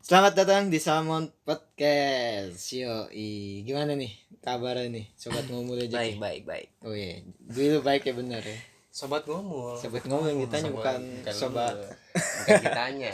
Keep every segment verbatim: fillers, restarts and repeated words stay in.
Selamat datang di Salmon Podcast. Yoi, gimana nih kabarnya nih sobat ngomul aja? Baik, baik, baik. Oh iya, dulu baik ya benar ya. Sobat ngomul. Sobat ngomul yang ditanya bukan bukan sobat, lu. Bukan ditanya.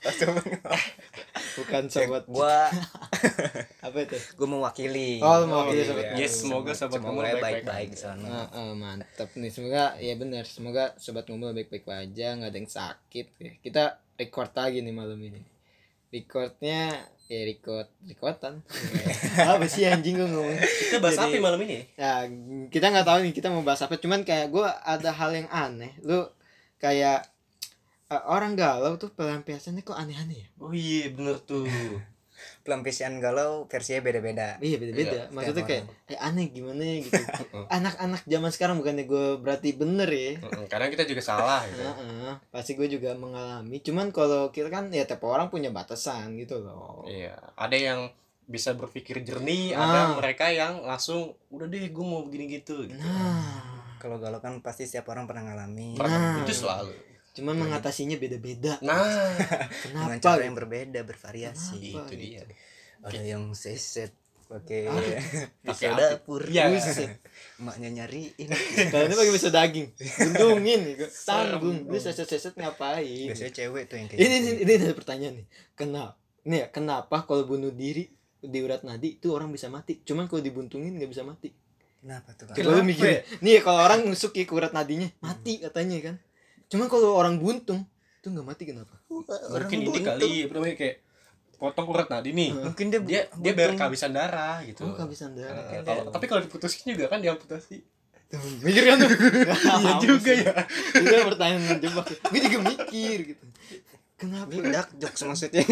bukan sobat. Gua Apa itu? gua mewakili. Oh, mewakili iya. sobat ngomul. Yes, semoga sobat ngomul Semoga baik-baik baik-baik aja. di sana. Ah, ah, mantap nih, semoga ya benar, semoga sobat ngomul baik-baik aja, nggak ada yang sakit ya. Kita record lagi nih malam ini. Recordnya ya record recordan. Apa sih anjing gue ngomong? Kita bahas Jadi- apa malam ini? Ya kita nggak tahu nih kita mau bahas apa, cuman kayak gue ada hal yang aneh. Lu kayak eh, orang galau tuh pelampiasannya kok aneh-aneh ya? Oh iya, bener tuh. Pelampiasan galau versinya beda-beda. Iya beda-beda. Iya, Maksudnya setiap kayak eh, aneh gimana ya gitu. Anak-anak zaman sekarang bukannya gue berarti bener ya. Mm-mm, Kadang kita juga salah gitu. Heeh, pasti gue juga mengalami. Cuman kalau kita kan ya tiap orang punya batasan gitu loh. Iya, ada yang bisa berpikir jernih, Ah. ada mereka yang langsung udah deh gue mau begini gitu. gitu. Nah, Kalau galau kan pasti setiap orang pernah ngalamin. Nah. Itu selalu. cuman mengatasinya beda-beda. Nah, Dengan Kenapa? cara yang berbeda, bervariasi. Kenapa itu dia. Ada yang seset pakai Pakai pisau api. dapur. Iya. Buset. Emaknya nyariin. Kalau ini pakai pisau daging, guntingin gitu. Tanggung, lu seset-seset ngapain? Biasanya cewek tuh yang kayak Ini gitu. ini, ini ada pertanyaan nih. Kenapa? Nih ya, kenapa kalau bunuh diri di urat nadi itu orang bisa mati? Cuman kalau dibuntungin nggak bisa mati. Kenapa tuh? Kak? Kalau lu Kenapa mikir, ya? nih kalau orang nusuk ya ke urat nadinya mati katanya kan. Cuman kalau orang buntung itu nggak mati kenapa? Orang Mungkin ini buntung. kali, apa namanya kayak potong urat nadi nih. Mungkin dia Dia dia biar kehabisan darah gitu. Oh, kehabisan darah. Eh, kalau- tapi kalau diputusin juga kan diamputasi. Mikir kan tuh. Iya juga ya. Itu pertanyaan menjebak. Gue juga mikir gitu. Kenapa? Ini dark jokes maksudnya.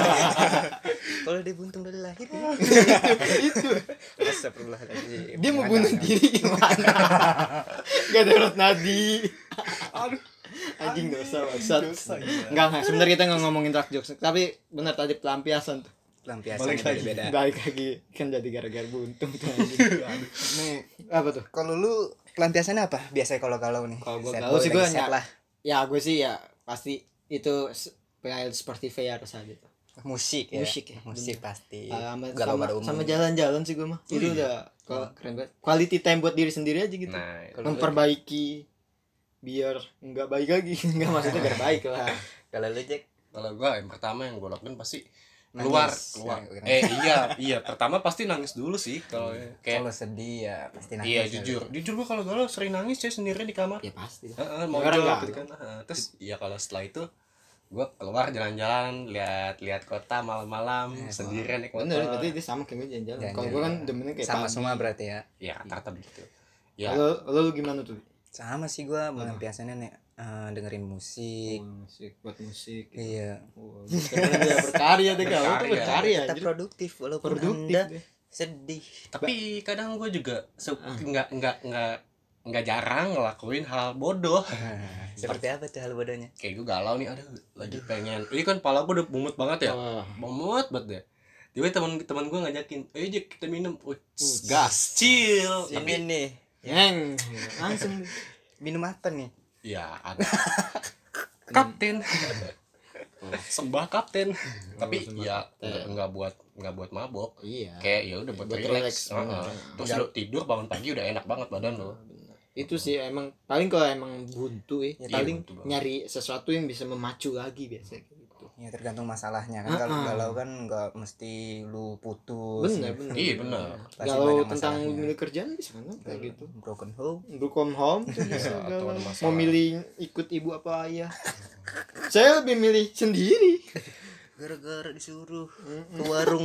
Kalau dia buntung dari lahir ya. Itu Astagfirullahaladzim. dia mau bunuh diri gimana? Gak ada urat nadi. Aduh. Anjing dosa bangsat. Dosa, gila. Enggak enggak, sebenarnya kita nggak ngomongin dark jokes. Tapi benar tadi pelampiasan tuh. Pelampiasan Balik lagi. beda-beda. Balik lagi kan jadi gara-gara buntung tuh anjing. Nih, Apa tuh? kalau lu pelampiasannya apa? Biasanya kalau galau nih. Kalau gua Sad galau boy sih lagi gua sad nggak- lah. Ya gue sih ya pasti itu s- kayak seperti V R saja itu. Musik ya. Musik ya, Musik bener. pasti. Ah, sama, Galau sama, pada umum. sama jalan-jalan sih gue mah. Oh, Itu iya. udah kalau keren banget. Quality time buat diri sendiri aja gitu. Nah, Kalau Memperbaiki biar nggak baik lagi. Nggak maksudnya biar baik lah. Kalau lu Jack kalau gua yang pertama yang gua lakukan pasti nangis. keluar keluar Nah, kira- eh iya iya pertama pasti nangis dulu sih kalau kayak kalau sedih ya pasti nangis. iya kali. jujur jujur gua kalau galau sering nangis saya sendirian di kamar. Ya pasti. Heeh, mau Orang jalan galau. gitu kan. Heeh, terus ya kalau setelah itu gua keluar jalan-jalan lihat lihat kota malam-malam Eh, sendirian naik Bener, motor. berarti dia sama kayak gue jalan-jalan. Jalan-jalan. Kalau gue kan demennya kayak sama pagi. semua berarti ya. Ya rata-rata begitu. Ya Kalau lo, lu gimana tuh? Sama sih gua pelampiasannya nih eh, dengerin musik. Oh, musik, buat musik. Gitu. Iya. Oh, bener dia berkarya deh kalau itu Berkarya. berkarya. Tetap anjir. produktif walaupun Produktif Anda deh. sedih. tapi kadang gua juga se- Ah. nggak nggak nggak nggak jarang ngelakuin hal bodoh. Seperti apa tuh hal bodohnya? Kayak gue galau nih, aduh lagi pengen. Ini kan pala gue udah mumet banget ya. Wah. Mumet banget deh. Tiba teman teman gue ngajakin, "Eh, Jack, kita minum." Uh, Uh, gas, chill. Ini Tapi nih, Yang langsung minum apa nih? ya ada kapten. Sembah kapten. Tapi sembah ya kapten. nggak nggak buat nggak buat mabok. iya. Kayak ya udah buat, Buat relax. relax, Heeh. bener. Terus Nggak- lu tidur bangun pagi udah enak banget badan lo. Bener. Itu sih emang paling kalau emang buntu ya, Ya, paling buntu banget. nyari sesuatu yang bisa memacu lagi biasanya gitu. Ya tergantung masalahnya kan. Kalau Ah, ah. galau kan nggak mesti lu putus. Bener bener. Iya, bener. Pasti Kalau banyak tentang masalahnya. milih kerjaan bisa kan kayak gitu. Broken home. Broken home tuh bisa Atau galau. ada masalah. Mau milih ikut ibu apa ayah. Saya lebih milih sendiri. Gara-gara disuruh ke warung.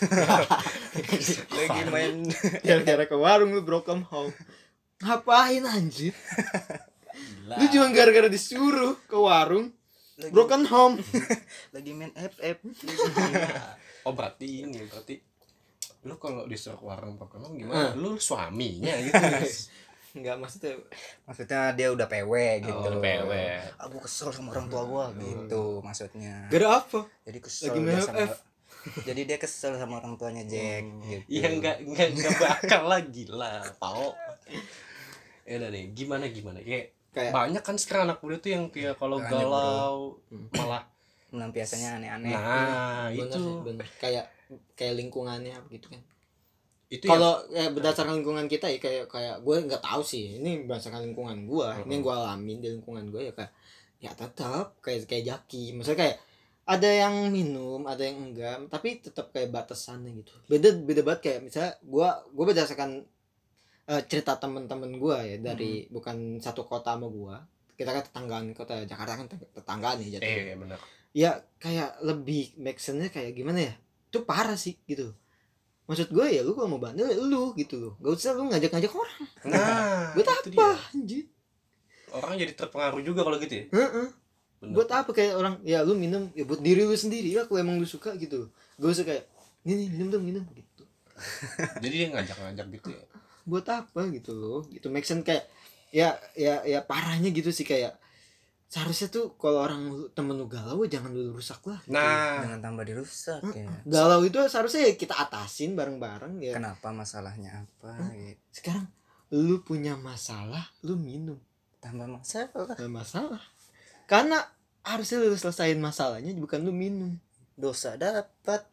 Lagi main. Gara-gara ke warung lu broken home. Ngapain anjir? Gila. Lu cuma gara-gara disuruh ke warung Lagi, broken home. lagi main F F. Oh berarti ini berarti lu kalau disuruh ke warung broken home Ah. gimana? Lu suaminya gitu. Enggak maksudnya Maksudnya dia udah P W gitu. Oh, P W. Aku kesel sama orang tua gua gitu maksudnya. gara apa? Jadi kesel Lagi dia main sama F F. Jadi dia kesel sama orang tuanya Jack gitu. Iya enggak enggak enggak bakal lagi lah, Pao. Ya udah nih, gimana gimana? Kayak Kayak banyak kan sekarang anak muda tuh yang kayak kalau Banyak, galau Hmm. malah melampiaskannya aneh-aneh. Nah Bener itu sih, bener. Kayak kayak lingkungannya gitu kan. itu yang Kalau ya, berdasarkan lingkungan kita ya kayak kayak gue nggak tahu sih ini berdasarkan lingkungan gue, Mm-mm. ini yang gue alamin di lingkungan gue ya kayak ya tetap kayak kayak Jaki, maksudnya kayak ada yang minum, ada yang enggak, tapi tetap kayak batasannya gitu. Beda beda banget kayak misalnya gue gue berdasarkan eh, cerita teman-teman gue ya dari bukan satu kota sama gue, kita kan tetanggaan, kota Jakarta kan tetanggaan nih jatuhnya. eh benar Ya kayak lebih make sense-nya kayak gimana ya, itu parah sih gitu. Maksud gue ya lu kalau mau bandel ya lu gitu loh, gak usah lu ngajak-ngajak orang. nah Buat itu apa dia. anjir? Orang jadi terpengaruh juga kalau gitu ya. Heeh. Bener. Buat apa kayak orang ya lu minum ya buat diri lu sendiri ya, kalau emang lu suka gitu. Gak usah kayak nih minum dong minum gitu. Jadi dia ngajak-ngajak gitu ya. Buat apa gitu loh? Gitu make sense kayak ya ya ya parahnya gitu sih kayak seharusnya tuh kalau orang lu- temen lu galau jangan lu rusak lah. Gitu. Nah Jangan tambah dirusak ya. Galau itu seharusnya ya kita atasin bareng-bareng ya. Kenapa masalahnya apa gitu. Sekarang lu punya masalah, lu minum. Tambah masalah. Gak masalah. Karena harusnya lu selesaiin masalahnya bukan lu minum. Dosa dapat.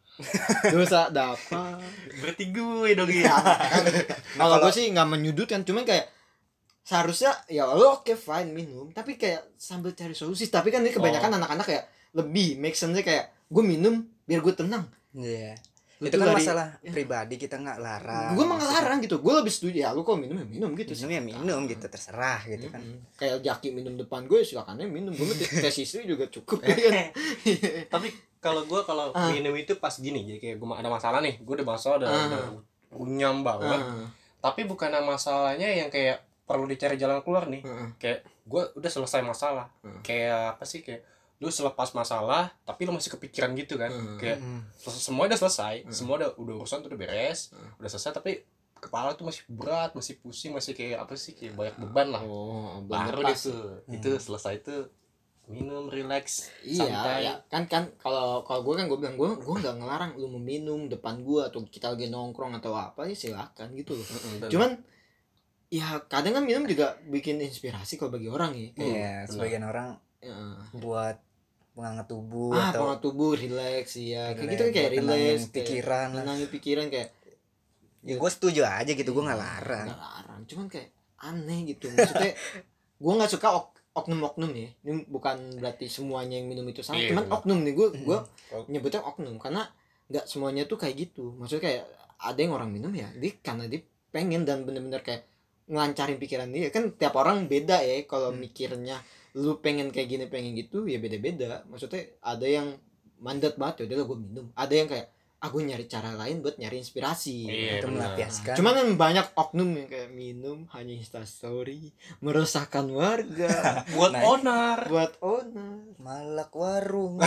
Dosa dapat. berarti gue dong ya. Kalau gue sih nggak menyudutkan, cuman kayak seharusnya ya lo oke fine minum, tapi kayak sambil cari solusi. Tapi kan ini kebanyakan anak-anak kayak lebih make sense-nya kayak gue minum biar gue tenang. Iya. Lu Itu tuh kan dari- masalah pribadi, kita nggak larang. Gue mah nggak larang gitu. Gue lebih setuju ya lu kalau minum ya minum gitu. Minum ya minum gitu, terserah gitu kan. Mm-mm. Kayak Jaki minum depan gue silakan aja minum. Gue tes istri juga cukup ya kan. Tapi kalau gue kalau Ah. minum itu pas gini, jadi kayak gue ada masalah nih, gue udah masalah udah, Ah. udah runyam banget. Ah, Tapi bukan masalahnya yang kayak perlu dicari jalan keluar nih. ah, Kayak gue udah selesai masalah. Hmm. Kayak apa sih kayak lu selepas masalah tapi lu masih kepikiran gitu kan. Hmm. Kayak selesai- semua udah selesai, semua udah udah urusan tuh udah beres, udah selesai tapi kepala tuh masih berat, masih pusing, masih kayak apa sih kayak banyak beban lah. Oh, Baru bener deh tuh. Itu selesai itu minum relax Iya, santai. ya. kan kan kalau kalau gue kan gue bilang gue gue nggak ngelarang lu mau minum depan gue atau kita lagi nongkrong atau apa ya silakan gitu loh. Mm-mm, dan- Cuman ya kadang kan minum juga bikin inspirasi kalau bagi orang ya. Kayak, Iya, sebagian orang ya, buat menghangat tubuh ah, atau pengat tubuh, relax ya. Kayak relax, gitu kan kayak buat tenangin relax, kayak pikiran lah. tenangin pikiran kayak ya gue setuju aja gitu, gue nggak larang. nggak larang. Cuman kayak aneh gitu. Maksudnya gue nggak suka ok- oknum-oknum ya. Ini bukan berarti semuanya yang minum itu salah. Iya, Cuman benar. oknum nih gue gue Ok. nyebutnya oknum karena nggak semuanya tuh kayak gitu. Maksudnya kayak ada yang orang minum ya dia karena dia pengen dan bener-bener kayak ngelancarin pikiran dia. Kan tiap orang beda ya kalau mikirnya. Lu pengen kayak gini pengen gitu ya beda-beda. Maksudnya ada yang mandat banget ya udah gue minum. Ada yang kayak aku nyari cara lain buat nyari inspirasi. Iya, Itu benar. melampiaskan. Cuman kan banyak oknum yang kayak minum hanya instastory, meresahkan warga, buat Nah, owner. buat owner. malak warung.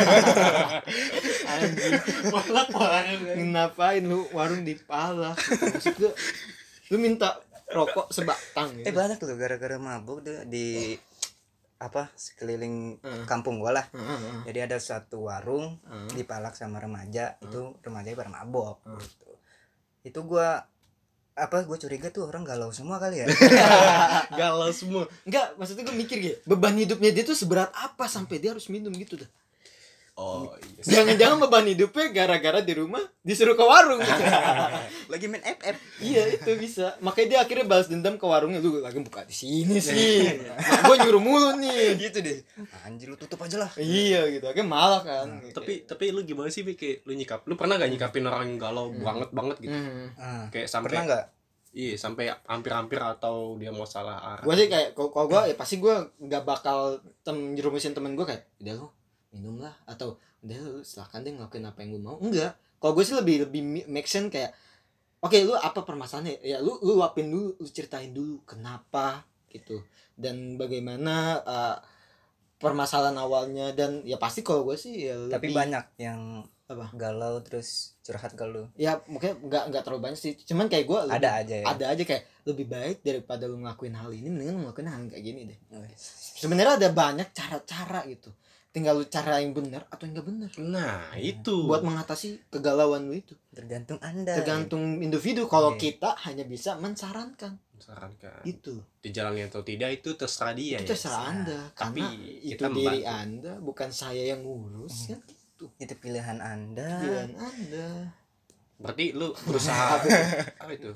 Anjir, Malah warung. ngapain lu warung dipalak? Maksud gua, lu minta rokok sebatang eh gitu. banyak tuh gara-gara mabuk tuh di apa sekeliling Heeh. kampung gua lah. Heeh, heeh. Jadi ada satu warung Heeh. dipalak sama remaja, itu remaja pada mabok gitu. Itu gua apa gue curiga tuh orang galau semua kali ya. Galau semua. Enggak, maksudnya gue mikir gitu. Beban hidupnya dia tuh seberat apa sampai dia harus minum gitu dah. Oh iya. Jangan-jangan beban hidupnya gara-gara di rumah disuruh ke warung gitu. Lagi main F F. Iya itu bisa. Makanya dia akhirnya balas dendam ke warungnya, lu lagi buka di sini sih. Nah, gue nyuruh mulu nih. Gitu deh. Anjir lu tutup aja lah. Iya gitu. Akhirnya malah kan. Tapi tapi lu gimana sih Bi? Kayak lu nyikap? Lu pernah gak nyikapin orang yang galau banget banget gitu? hmm. Ah, Kayak sampai pernah nggak? iya sampai hampir-hampir atau dia mau salah arah. Gue sih kayak kalau kalau gue ya pasti gue nggak bakal tem jerumusin temen gue kayak udah lu minum lah atau udah lu silakan deh ngelakuin apa yang lu mau. Enggak. Kalau gue sih lebih lebih mi- make sense kayak oke lu apa permasalahannya ya lu lu luapin dulu, lu ceritain dulu kenapa gitu dan bagaimana uh, permasalahan awalnya dan ya pasti kalau gue sih ya Tapi lebih banyak yang apa galau terus curhat ke lu. ya mungkin nggak nggak terlalu banyak sih cuman kayak gue Ada aja ya. ada aja kayak lebih baik daripada lu ngelakuin hal ini mendingan lu ngelakuin hal yang kayak gini deh. Wes. Sebenarnya ada banyak cara-cara gitu, tinggal lu cara yang benar atau yang nggak benar Nah, itu. buat mengatasi kegalauan lu itu. Tergantung Anda. Tergantung individu. Kalau Iya. kita hanya bisa mensarankan Sarankan gitu. dijalani atau tidak itu terserah dia Itu ya. terserah anda, Tapi karena itu kita diri membantu. anda, bukan saya yang ngurus kan gitu. Itu pilihan anda. Pilihan anda. Berarti lu berusaha apa itu?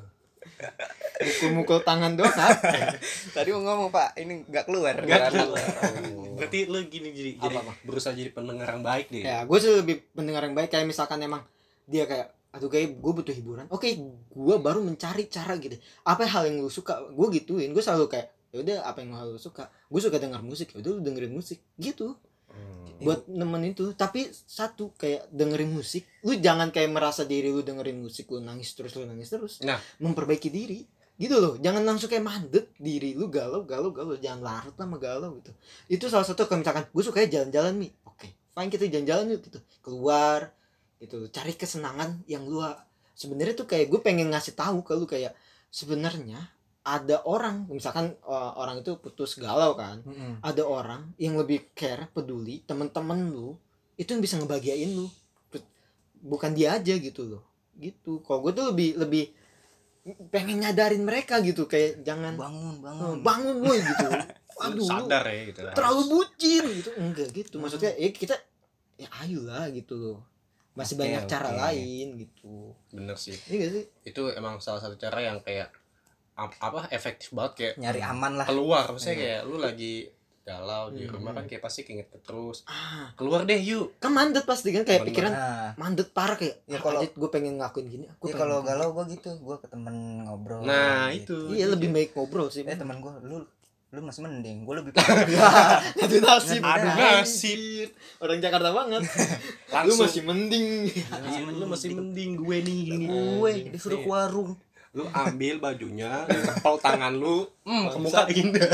Mukul-mukul tangan doang apa? Tadi mau ngomong pak, ini nggak keluar. Enggak Nggak keluar. Berarti lu gini jadi jadi Apa, apa? berusaha jadi pendengar yang baik deh. Ya gue sih lebih pendengar yang baik. Kayak misalkan emang dia kayak aduh kayak gue butuh hiburan, oke gue baru mencari cara gitu, apa hal yang lu suka, gue gituin. Gue selalu kayak ya udah apa yang lu suka, gue suka dengar musik, ya udah lu dengerin musik gitu. Hmm. Buat nemen itu. Tapi satu, kayak dengerin musik, lu jangan kayak merasa diri lu dengerin musik lu nangis terus, lu nangis terus. Nah, Memperbaiki diri gitu loh, jangan langsung kayak mandet diri lu, galau galau galau, jangan larut sama galau gitu. Itu salah satu. Kalau misalkan gue sukanya jalan-jalan nih, oke fine, kita jalan-jalan yuk gitu, keluar gitu, cari kesenangan yang lu sebenarnya tuh. Kayak gue pengen ngasih tahu ke lu kayak sebenarnya ada orang, misalkan uh, orang itu putus galau kan, Mm-mm. ada orang yang lebih care, peduli, temen-temen lu itu yang bisa ngebahagiain lu, bukan dia aja gitu loh gitu. Kalau gue tuh lebih lebih pengen nyadarin mereka gitu, kayak jangan Bangun, "Oh, bangun. bangun boy gitu, lu aduh sadar ya gitu. lu terlalu bucin gitu, enggak gitu maksudnya. Ya kita ya ayolah gitu loh, masih Oke, banyak cara oke. lain gitu. Bener sih. Iya gak sih? Itu emang salah satu cara yang kayak ap- apa efektif banget kayak Nyari aman lah. keluar. Maksudnya Iya. kayak lu lagi galau di Hmm. rumah kan kayak pasti keinget terus. Ah, Keluar deh yuk. kan mandet pasti kan, kayak Bener. pikiran Nah, mandet parah kayak Ya, ya kalau- kalau gue pengen ngelakuin gini, aku ya pengen kalau ngelakuin galau gue gitu, gue ke temen ngobrol. Nah, gitu. itu. gini. Iya lebih baik ngobrol sih. Eh teman gue, lu lu masih mending, gue lebih Aduh nasib, Aduh, nasib. orang Jakarta banget. Lu Langsung masih mending. Iya, lu masih mending gue nih gini. gue disuruh ke warung. Lu ambil bajunya, lu kepal tangan lu, hmm, ke muka indah.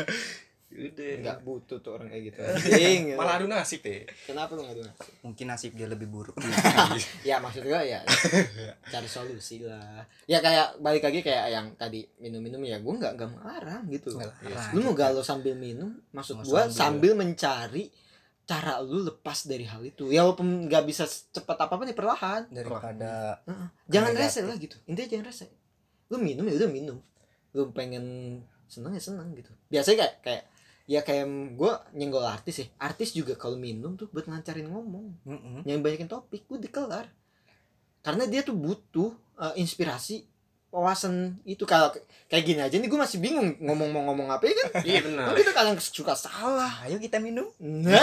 Udah. Enggak butuh tuh orang kayak gitu. Anjing. Malah adu nasib ya. Kenapa lu ngadu nasib? Mungkin nasib dia lebih buruk. Ya maksud gue ya cari solusi lah. Ya kayak balik lagi kayak yang tadi minum-minum, ya gue nggak nggak melarang gitu. Nggak larang. Lu mau galau sambil minum, maksud Mau gue sambil. sambil mencari cara lu lepas dari hal itu. Ya walaupun nggak bisa cepat apa-apa nih, perlahan. Daripada Heeh. Jangan Negatif. rese lah gitu. Intinya jangan rese. Lu minum ya udah minum. Lu pengen seneng ya seneng gitu. Biasanya kayak kayak ya kayak gue nyenggol artis ya. Artis juga kalau minum tuh buat ngancarin ngomong. Mm-mm. Yang banyakin topik, gue dikelar. Karena dia tuh butuh uh, inspirasi, wawasan itu. Kalau kayak gini aja nih gue masih bingung ngomong mau ngomong apa ya kan. Iya benar. Kan kita kadang suka salah. Ayo kita minum. Nah,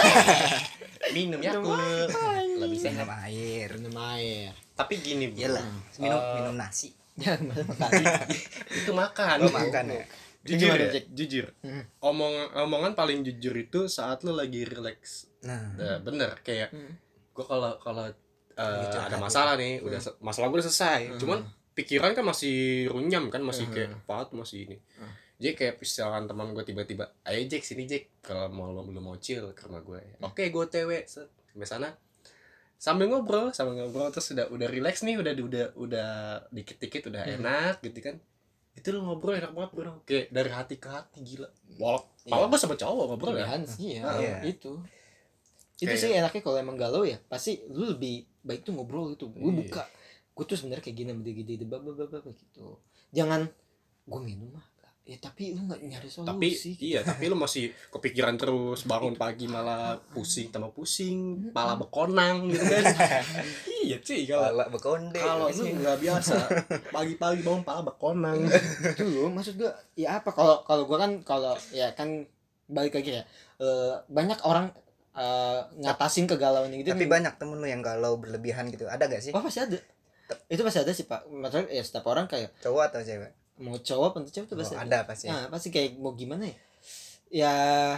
Minum ya Minum lebih sehat. Minum air. minum air. Tapi gini, Bro. Iyalah, minum Eh, minum nasi. Jangan makan. Itu makan. Oh, makan ya. Jujur Gimana, ya, Jack? jujur. Hmm. Omongan omongan paling jujur itu saat lu lagi relax. Nah, Nah, bener kayak Hmm. gue kalau kalau uh, Lagi curhat ada gitu. masalah nih, udah se- masalah gue udah selesai. Hmm. Cuman pikiran kan masih runyam kan, masih Hmm. kayak apa tuh masih ini. Hmm. Jadi kayak misalkan teman gue tiba-tiba, ayo Jack sini Jack, kalau mau lo belum mau chill ke rumah gue. Oke, gue O T W set sampai sana. Sambil ngobrol, sambil ngobrol terus udah udah relax nih, udah udah udah dikit-dikit udah Hmm. enak gitu kan. Itu lo ngobrol enak banget bro, kayak dari hati ke hati gila. Wah, Iya. malah gue sama cowok ngobrol ya. Pilihan sih ya, Iya. itu. Itu Kayak- sih enaknya kalau emang galau ya, pasti lu lebih baik tuh ngobrol gitu. Gue Iya. buka, gue tuh sebenarnya kayak gini, gini, gini, bab, bab, bab, gitu. Jangan gue minum mah, ya tapi lu nggak nyari solusi. Tapi gitu. iya, tapi lu masih kepikiran terus, bangun pagi malah pusing tambah pusing, pala bekonang gitu kan. Iya sih kalau pala bekonde. kalau lu nggak biasa pagi-pagi bangun pala bekonang. Itu loh, maksud gue, ya apa? Kalau kalau gue kan, kalau ya kan balik lagi ya, eh, banyak orang eh, ngatasin kegalauan gitu. Tapi banyak temen lu yang galau berlebihan gitu. Ada gak sih? Oh pasti ada. Itu pasti ada sih pak. Maksudnya ya setiap orang kayak Cowok atau cewek? mau cowok atau cewek tuh Oh, pasti ada pasti. Nah, pasti kayak mau gimana ya? Ya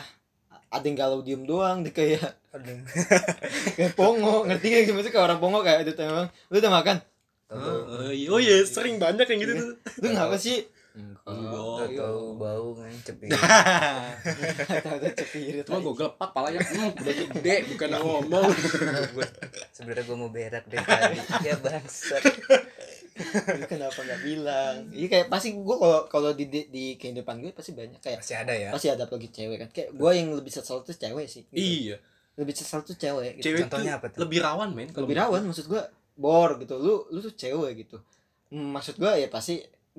ada yang galau diem doang, dia kayak Aduh. kayak pongo, ngerti gak sih? Maksudnya kayak orang pongo kayak ada tanya bang, lu udah makan? Oh iya, oh iya, sering banyak yang gitu tuh. Lu ngapa sih? Enggak. Tahu bau ngancep ya. Tahu ada cepirit. Cuma gue gelepak palanya, hmm, udah gede, bukan ngomong. Sebenarnya gue mau berak dari tadi. Ya bangsat. Lu kenapa nggak bilang? Iya kayak pasti gue kalau kalau di, di di kehidupan gue pasti banyak kayak Masih ada ya. pasti ada lagi cewek kan. Kayak gue yang lebih sesal tuh cewek sih. Gitu. Iya, Lebih sesal tuh cewek. Gitu. cewek tuh Contohnya apa tuh? lebih rawan men. kalau Lebih rawan maksud gue, bor gitu. Lu lu tuh cewek gitu. Hmm, maksud gue ya pasti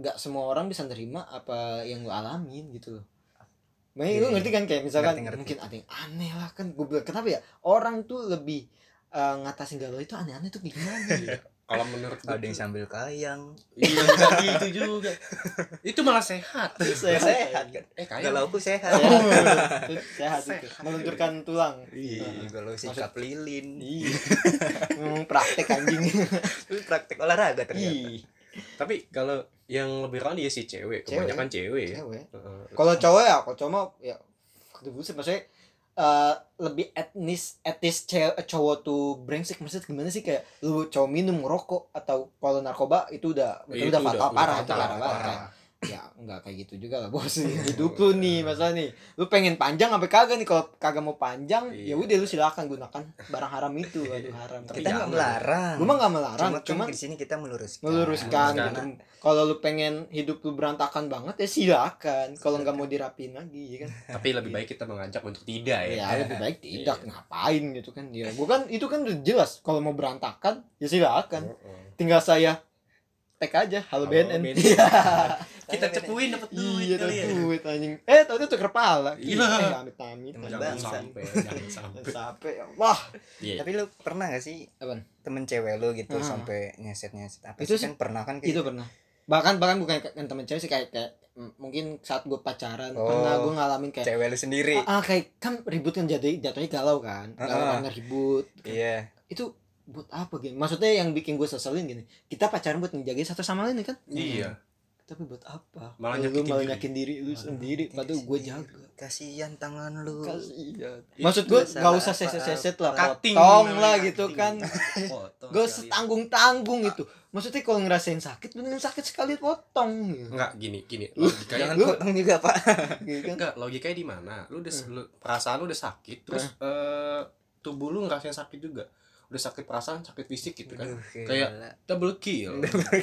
nggak semua orang bisa nerima apa yang lu alamin gitu loh. Makanya lu ngerti kan kayak misalkan Ngerti, ngerti. mungkin ada yang aneh lah kan gue bilang kenapa ya orang tuh lebih uh, ngatasin galau itu aneh-aneh tuh gimana ya? Kalau menurut gue Ada yang sambil kayang. iya enggak gitu juga. Itu malah sehat. Sehat kan. Eh kayang. Galauku sehat. Sehat, itu sehat itu melenturkan tulang. Iya. Galau sikap lilin. Iya. Ngomong praktek anjing. Itu praktek olahraga ternyata. Ih, Tapi kalau yang lebih rawan ya si cewek, kebanyakan cewek, ya. cewek. Heeh. Kalau cowok ya, kalau cowok mah ya fuck the bullshit maksudnya eh, lebih etnis etis cewek cowok tuh brengsek maksudnya gimana sih kayak lu cowok minum ngerokok atau kalau narkoba itu udah itu Itu udah udah- fatal udah parah itu fatal, parah banget parah. kan. Ya enggak kayak gitu juga lah bos hidup lu nih masalah nih lu pengen panjang apa kagak nih kalau kagak mau panjang ya Iya. udah lu silakan gunakan barang haram itu aduh haram Tapi Kita jangan. nggak melarang. gue mah nggak melarang Cuma cuman kan di sini kita meluruskan. meluruskan Meluruskan. gitu. Kalau lu pengen hidup lu berantakan banget ya silakan. Kalau nggak mau dirapin lagi ya kan. Tapi lebih baik kita mengajak untuk tidak ya. Ya lebih baik tidak Iya. ngapain gitu kan. Ya bukan itu kan udah jelas kalau mau berantakan ya silakan. Heeh. Tinggal saya tag aja halo, Halo, B N N. B N N. Iya. Kita cepuin dapat duit Iya kali ya. duit anjing. Eh tau itu tuker kepala. Iya. Eh amit-amit. Temen Jangan bangsa. sampai, jangan sampai. Sampai ya Allah. Iya. Tapi lu pernah gak sih Apaan? temen cewek lu gitu Ah. sampai nyeset-nyeset apa Itu sih kan pernah kan kayak Itu pernah. Bahkan bahkan bukan kan temen cewek sih kayak kayak mm, mungkin saat gue pacaran Oh. pernah gue ngalamin kayak cewek lu sendiri. ah, ah, kayak kan ribut kan jadi jatuhnya galau kan galau Ah. karena ribut Iya. itu buat apa gini maksudnya yang bikin gue seselin gini kita pacaran buat menjaga satu sama lain kan Iya. tapi buat apa Malah lu nyakitin malah diri. nyakin diri lu sendiri padahal gue jaga Kasihan tangan lu. kasihan Itu maksud gue salah gak usah apa-apa. seset-seset lah Cutting potong namanya, lah cutting. gitu kan Potong gak usah sekalian. tanggung-tanggung gitu maksudnya kalau ngerasain sakit mending sakit sekali potong gitu. Enggak gini, gini. Jangan Logikanya lu- potong juga, Pak. Gitu kan enggak, logikanya di mana? Lu udah lu, perasaan lu udah sakit, terus eh tubuh lu ngerasain sakit juga. Udah sakit perasaan, sakit fisik gitu kan. Aduh, Kayak gila. double kill.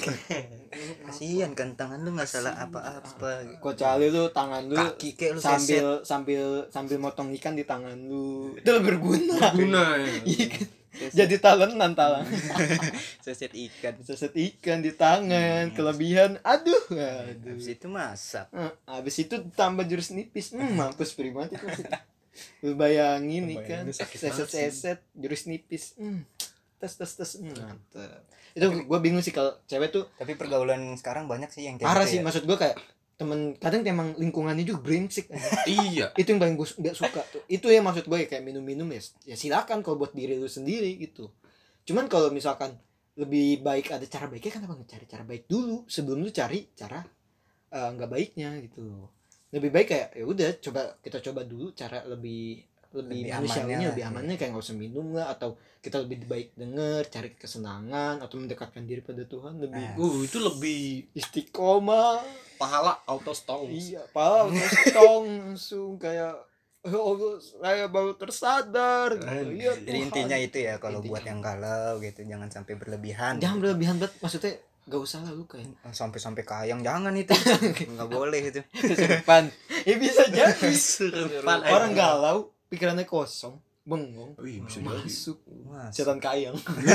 Kasihan kan tangan lu nggak salah apa-apa. kecuali lu tangan lu Kaki kayak lu seset. sambil sambil sambil motong ikan di tangan lu itu lebih berguna Guna ya. Iya kan? Jadi talenan talang Seset ikan. seset ikan di tangan kelebihan aduh aduh Habis itu masak. Eh, habis itu tambah jurus nipis hmm, mampus prima itu lu bayangin nih kan Bayangin sakit seset banget sih. seset jurus nipis hmm. tes tes tes hmm, mantap itu gue bingung sih kalau cewek tuh Tapi pergaulan sekarang banyak sih yang kayak parah gitu sih ya. maksud gue kayak temen kadang emang lingkungannya juga brengsek Iya. itu yang paling gue nggak suka tuh itu yang maksud gue ya kayak minum-minum ya ya silakan kalau buat diri lu sendiri gitu cuman kalau misalkan lebih baik ada cara baiknya kan apa cari cara baik dulu sebelum lu cari cara eh, nggak baiknya gitu lebih baik kayak ya udah coba kita coba dulu cara lebih lebih, Lebih manusiawinya amannya lebih lah, amannya kayak nggak usah minum lah atau kita lebih baik denger cari kesenangan atau mendekatkan diri pada Tuhan lebih Nah. Uh, itu lebih istiqomah pahala auto stong. iya paham tong langsung kayak oh Allah, saya baru tersadar gitu. Anjir. Iya, Jadi Tuhan. intinya itu ya kalau Intinya. buat yang galau gitu jangan sampai berlebihan. jangan berlebihan banget maksudnya gak usah lah lu kayak Sampai-sampai kayang jangan itu. Nggak boleh itu. kesurupan ya bisa jadi Kesurupan. orang galau pikirannya kosong bengong Wih, bisa jadi. masuk Wah, setan kayang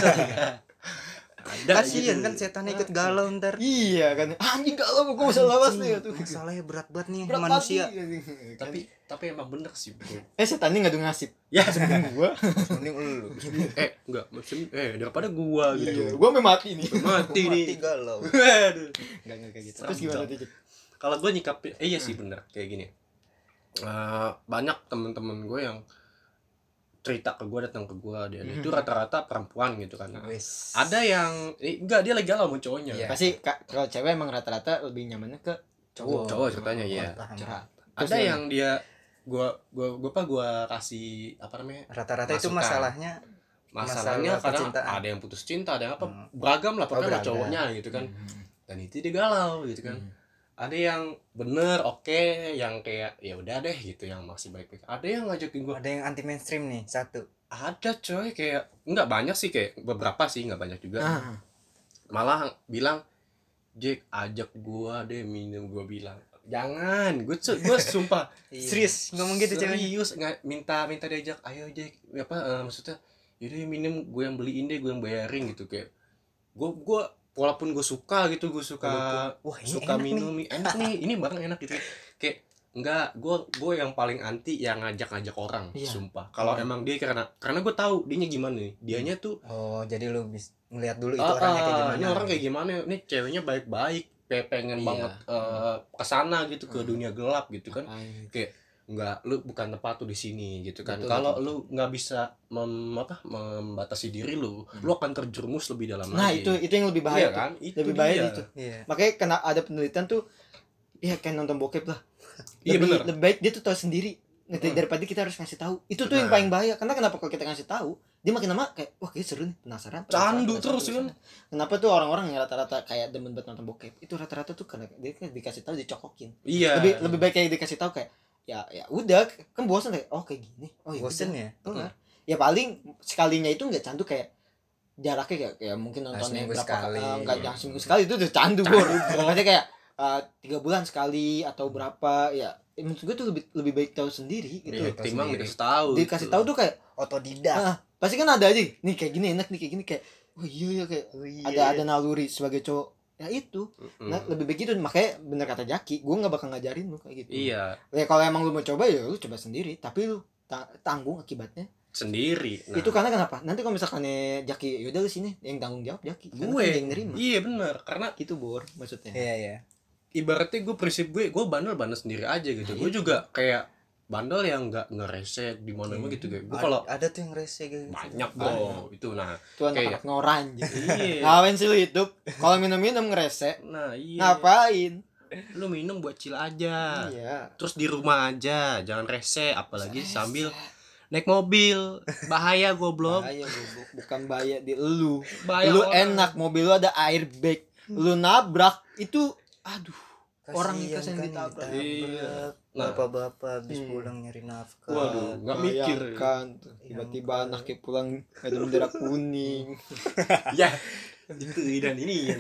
Ada kasihan gitu. kan setan ikut galau ntar. iya kan anjing galau gue usah lawas nih tuh Masalahnya berat banget nih Berat manusia. banget nih. Tapi tapi emang bener sih, bro. eh setannya nggak ada ngasih Ya, sebelum gua Mending lu. eh enggak, maksudnya eh daripada gua iya gitu. gua sampai mati nih Mati nih. Mati galau. Waduh. nggak nggak kayak gitu Serem terus gimana dong. tuh Cik? Kalau gue nyikapin, eh iya sih bener kayak gini. Eh, banyak temen-temen gue yang cerita ke gue, datang ke gue, dan Mhm. itu rata-rata perempuan gitu kan. Wes. Ada yang eh, enggak, dia lagi galau sama cowoknya. Iya. pasti ka- kalau cewek emang rata-rata lebih nyamannya ke cowok Cowok ceritanya ya. Paham. curhat Ada Terus yang dia gua gua gua apa gua kasih apa namanya? Rata-rata itu Masukan. masalahnya Masalahnya Masalah kadang percintaan. ada yang putus cinta, ada yang apa Hmm. beragam lah pokoknya sama beragam. cowoknya gitu kan. Hmm. Dan itu dia galau gitu kan. Hmm. Ada yang bener oke, yang kayak ya udah deh gitu, yang masih baik-baik. Ada yang ngajakin gua, ada yang anti mainstream nih satu. ada coy kayak nggak banyak sih, kayak beberapa sih, nggak banyak juga. Ah. Malah bilang, Jack ajak gua deh minum. Gua bilang jangan, gue gue sumpah Serius ngomong gitu cewek. serius nggak minta minta diajak, ayo Jack apa eh, maksudnya yaudah minum, gue yang beliin deh, gue yang bayarin gitu, kayak gue gue walaupun gue suka gitu, gue suka Wah, ini suka enak minum nih. enak nih ini barang enak gitu kayak enggak, gue gue yang paling anti yang ngajak-ngajak orang. Iya. Sumpah kalau Hmm. emang dia karena karena gue tahu dianya gimana nih, dianya tuh Oh, jadi lu bis ngelihat dulu itu ah, orangnya kayak ah, gimana. ini orang kayak gimana, ini ceweknya baik-baik, pe- pengen Iya. banget eh, kesana gitu ke Hmm. dunia gelap gitu kan. Ngapain? Kayak enggak, lu bukan tempat tuh di sini gitu kan. Betul, Kalau betul, lu nggak bisa mem, apa, membatasi diri lu, Hmm. lu akan terjerumus lebih dalam Nah, lagi. itu itu yang lebih Iya bahaya tuh. kan? Itu Lebih dia. bahaya itu. Iya. Makanya kena ada penelitian tuh, ya kayak nonton bokep lah. Iya, Lebih, bener. lebih baik dia tuh tahu sendiri. Ngerti? Hmm. Daripada kita harus ngasih tahu. Itu tuh yang Benar. paling bahaya. Karena kenapa kalau kita ngasih tahu, dia makin lama kayak wah kayak seru nih, penasaran. penasaran, Candu penasaran, terus, penasaran. Kenapa tuh orang-orang yang rata-rata kayak demen banget nonton bokep? Itu rata-rata tuh karena dia kan dikasih tahu dicokokin. Iya. Lebih lebih baik kayak dikasih tahu kayak ya ya udah kan bosan kayak oh kayak gini. Oh ya Bosen udah. ya? Kelar. Ya paling sekalinya itu enggak candu kayak jaraknya kayak, kayak mungkin nontonnya seminggu berapa sekali. kali enggak jangan seminggu sekali itu udah candu bro. Makanya kayak uh, tiga bulan sekali atau berapa ya eh, menurut gue tuh lebih lebih baik tahu sendiri gitu. Iya, tahu timbang sendiri. dikasih tahu. Dikasih gitu. tahu tuh kayak Otodidak. ah, pasti kan ada aja nih kayak gini enak nih kayak gini kayak oh iya ya kayak Oh, iya. ada ada naluri sebagai cowok ya itu. Mm-mm. Nah, lebih baik gitu makanya bener kata Jaki gue nggak bakal ngajarin lu kayak gitu. Iya, Ya kalau emang lu mau coba ya lu coba sendiri tapi lu ta- tanggung akibatnya. sendiri. Nah, Itu karena kenapa? Nanti kalau misalkan Jaki yaudah lu sini yang tanggung jawab Jaki. Karena gue kan dia yang nerima. iya bener, karena Itu bor maksudnya. Iya, iya. ibaratnya gue prinsip gue gue bandel bandel sendiri aja gitu. Nah, Gue itu. juga kayak bandel yang nggak ngeresek di mana mana gitu kayak gue Ada- kalau ada tuh yang rese gitu. banyak bro itu. Nah Itu anak-anak kayak ngoran gitu. iya. Ngapain sih lu hidup? Kalau minum-minum ngerese, Nah iya, ngapain? lu minum buat chill aja, Iya. terus di rumah aja, jangan rese, apalagi Rese. sambil naik mobil, bahaya goblok. Bahaya goblok, bukan bahaya di lu. Bahaya Lu orang. enak, mobil lu ada airbag. Lu nabrak itu aduh, orang yang Kasian kasihan kan ditabrak. Iya. Nah. Bapak-bapak habis Hmm. pulang nyari nafkah. Waduh, nggak mikir. Bayangkan tuh, tiba-tiba Yang anaknya pulang ada bendera kuning. Ya itu dan ini.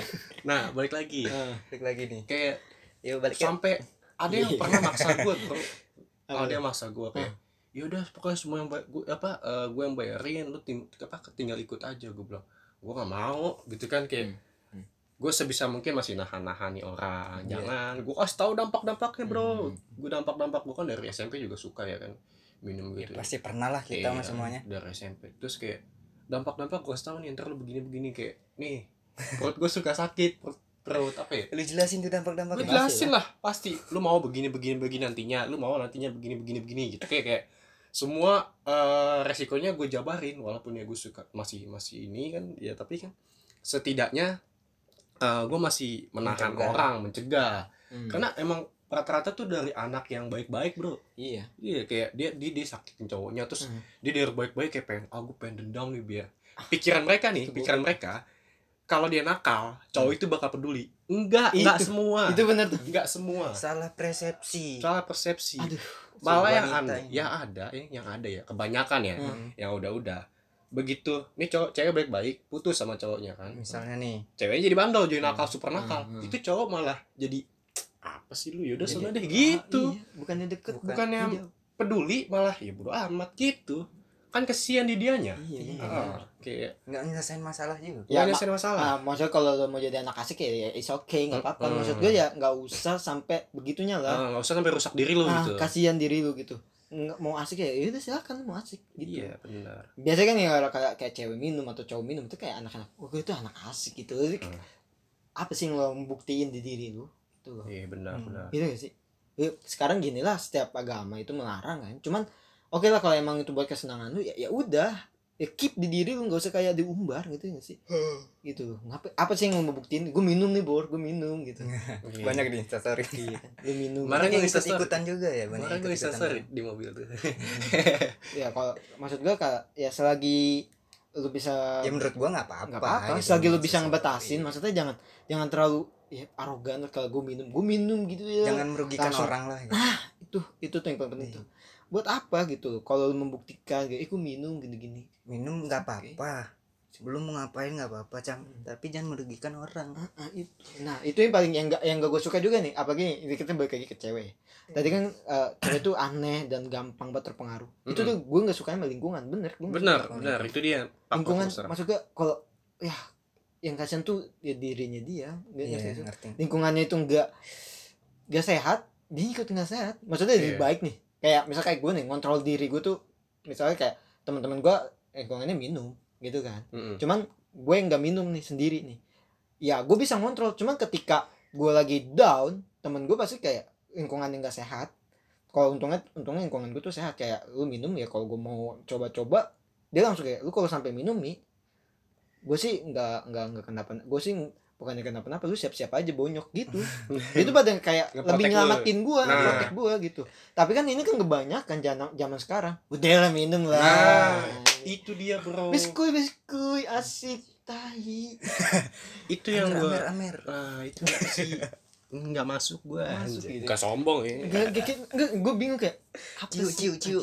Nah balik lagi, Ah, Balik lagi nih. kayak Yuk balik ya. sampai ada yang Iya. pernah maksa gue bro. Apa? Ada yang maksa gue kayak ya udah pokoknya semua yang ba- gue apa eh, gue yang bayarin, lu tim apa tinggal ikut aja. Gue bilang gue nggak mau gitu kan, kayak Hmm. gue sebisa mungkin masih nahan-nahan nih orang. Iya. Jangan gue kasih tahu dampak-dampaknya bro. Hmm. Gue dampak-dampak gue kan dari S M P juga suka ya kan minum Ya, gitu. pasti pernah lah kita Iya, mah semuanya. dari S M P. Terus kayak dampak-dampak gue kasih tahu nih, ntar lu begini-begini kayak nih perut gue suka sakit, perut, perut apa ya? Lu jelasin tuh Lu dampak-dampaknya. jelasin lah pasti. Lu mau begini begini begini nantinya, lu mau nantinya begini begini begini gitu. Kayak kayak semua eh, resikonya gue jabarin, walaupun ya gue suka masih masih ini kan ya, tapi kan setidaknya eh, gue masih menahan Mencegah. orang, mencegah. hmm. Karena emang rata-rata tuh dari anak yang baik-baik bro. Iya. Iya kayak dia dia, dia sakitin cowoknya, terus Hmm. dia dari baik-baik kayak pengen ah gue pengen dendam nih biar pikiran mereka nih, Itu pikiran mereka kalau dia nakal cowok itu bakal peduli. Enggak, enggak Itu. semua. Itu bener tuh. Enggak semua. Salah persepsi. Salah persepsi. Aduh. Malah yang wanita aneh, ini. ya ada ya, yang ada ya kebanyakan ya, Hmm. yang udah-udah begitu nih cowok cewek baik-baik putus sama cowoknya kan, Misalnya nih, ceweknya jadi bandel, jadi nakal, super nakal. Hmm. Itu cowok malah jadi apa sih lu, yaudah Jadi, sana deh ah, gitu. iya. Bukannya deket, Bukan. Bukannya Iya. peduli, malah ya bodo amat gitu. Kan kesian di dianya. Iya, iya. Ah, kayak nggak nyelesain masalah juga. Ya, ya, ma- nyelesain masalah. Ah, maksudnya kalau lo mau jadi anak asik ya, ya it's okay, nggak apa-apa. Mm-mm. Maksud gue ya nggak usah sampai begitunya lah. Ah, nggak usah sampai rusak diri lu Ah, gitu. kasihan diri lu gitu. Nggak mau asik ya, ya udah silakan mau asik gitu. Iya benar. Biasanya kan ya kalau kayak kayak cewek minum atau cowok minum itu kayak anak-anak, oh itu anak asik gitu. Jadi, Hmm. apa sih yang lo membuktiin di diri lu? Itu loh. Iya benar Hmm. benar. Gitu gak sih? Ya, sekarang gini lah, setiap agama itu melarang kan. Cuman oke lah kalau emang itu buat kesenangan lu ya ya udah. Ya keep di diri lu, nggak usah kayak diumbar gitu gak sih? Gitu loh. Ngapa apa sih yang mau membuktiin? Gue minum nih, Bor, gue minum gitu. Iya. Banyak di Instastory. Iya kan. Lu minum. Kemarin Banyak gue yang ikut Instastory. ikutan juga ya, banyak Kemarin gue ikut-ikutan. instastory di mobil tuh. Ya kalau maksud gue kayak ya selagi lu bisa Ya menurut gua nggak apa-apa. nggak apa-apa gitu. selagi lu bisa Sesuai. ngebatasin, maksudnya jangan jangan terlalu ya arogan kalau gue minum gue minum gitu ya. Jangan merugikan Langsung. orang lah. Ya. itu itu tuh yang paling penting Iya. tuh. Buat apa gitu kalau lu membuktikan gitu, eh gue minum gini-gini. Minum nggak apa-apa. Sebelum mau ngapain nggak apa-apa, Cam. Tapi jangan merugikan orang. Ah, ah, itu. Nah, itu yang paling yang gak yang gak gue suka juga nih. Apalagi ini kita balik lagi ke cewek. Tadi kan eh, cewek tuh aneh dan gampang banget terpengaruh. Itu tuh gue nggak suka sama lingkungan, bener. Gua nggak Benar suka. benar itu dia. faktor Lingkungan besar. maksud gue kalau ya yang kasihan tuh ya dirinya dia, nggak Iya, ngerti itu. ngerti. Lingkungannya itu nggak nggak sehat, dia ikut nggak sehat. Maksudnya lebih Iya. baik nih. Kayak misal kayak gue nih ngontrol diri gue tuh, misalnya kayak teman-teman gue lingkungannya minum gitu kan. Mm-mm. Cuman gue nggak minum nih sendiri nih. Ya gue bisa ngontrol. Cuman ketika gue lagi down, temen gue pasti kayak lingkungan yang nggak sehat. Kalau untungnya untungnya lingkungan gue tuh sehat, kayak lu minum ya kalau gue mau coba-coba dia langsung kayak lu kalau sampai minum nih, gue sih nggak nggak nggak kenapa, gue sih bukannya kenapa-napa, lu siap-siap aja bonyok gitu. Itu pada kayak Ngeprotek lebih lu. nyelamatin gue, Nah. protek gue gitu. Tapi kan ini kan kebanyakan zaman zaman sekarang udah lah minum lah. Nah, itu dia bro. biskuit biskuit asik tahi. Itu yang Amer, gua amer, amer. Nah, itu apa sih? Nggak masuk gua. Masuk anjay. gitu. Bukan sombong ya. Gue bingung kayak apa Ciu, sih, ciu, ciu.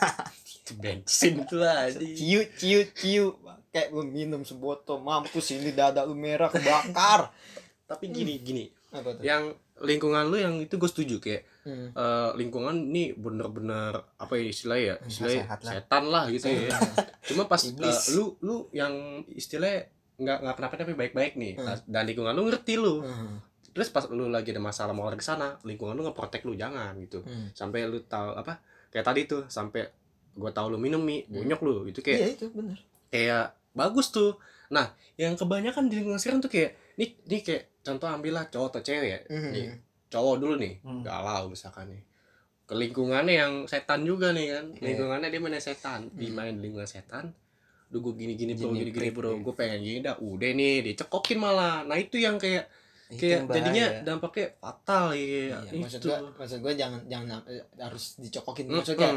Itu bensin tuh lah. anjing. ciu ciu ciu kayak lu minum sebotol, mampus ini dada lu merah kebakar. Tapi gini gini. Apa tuh? Yang lingkungan lu yang itu gue setuju kayak Hmm. eh, lingkungan ini bener-bener apa ya istilahnya ya istilahnya sehat lah. setan lah gitu ya. Cuma pas Iblis. eh, lu lu yang istilahnya nggak nggak kenapa-napa baik-baik nih. Hmm. Dan lingkungan lu ngerti lu. Hmm. Terus pas lu lagi ada masalah mau ke sana, lingkungan lu ngeprotek lu jangan gitu. Hmm. Sampai lu tahu apa? Kayak tadi tuh sampai gua tahu lu minum mie, bonyok lu. Itu kayak Iya itu benar. kayak bagus tuh. Nah, yang kebanyakan di lingkungan sekarang tuh kayak nih nih kayak contoh ambillah cowok atau cewek ya. Mhm. Nih, cowok dulu nih, Hmm. galau misalkan nih. Ke lingkungannya yang setan juga nih kan. Iya. Lingkungannya dia mana setan, dimain di lingkungan setan. Duh gue gini-gini bro, Gini, gini-gini prik, bro, prik. gue pengen gini dah, udah nih dicekokin malah. Nah itu yang kayak Itu kayak yang jadinya bahaya. dampaknya fatal ya. Iya, itu. maksud gua maksud gua jangan jangan eh, harus dicokokin, Mm-mm. maksudnya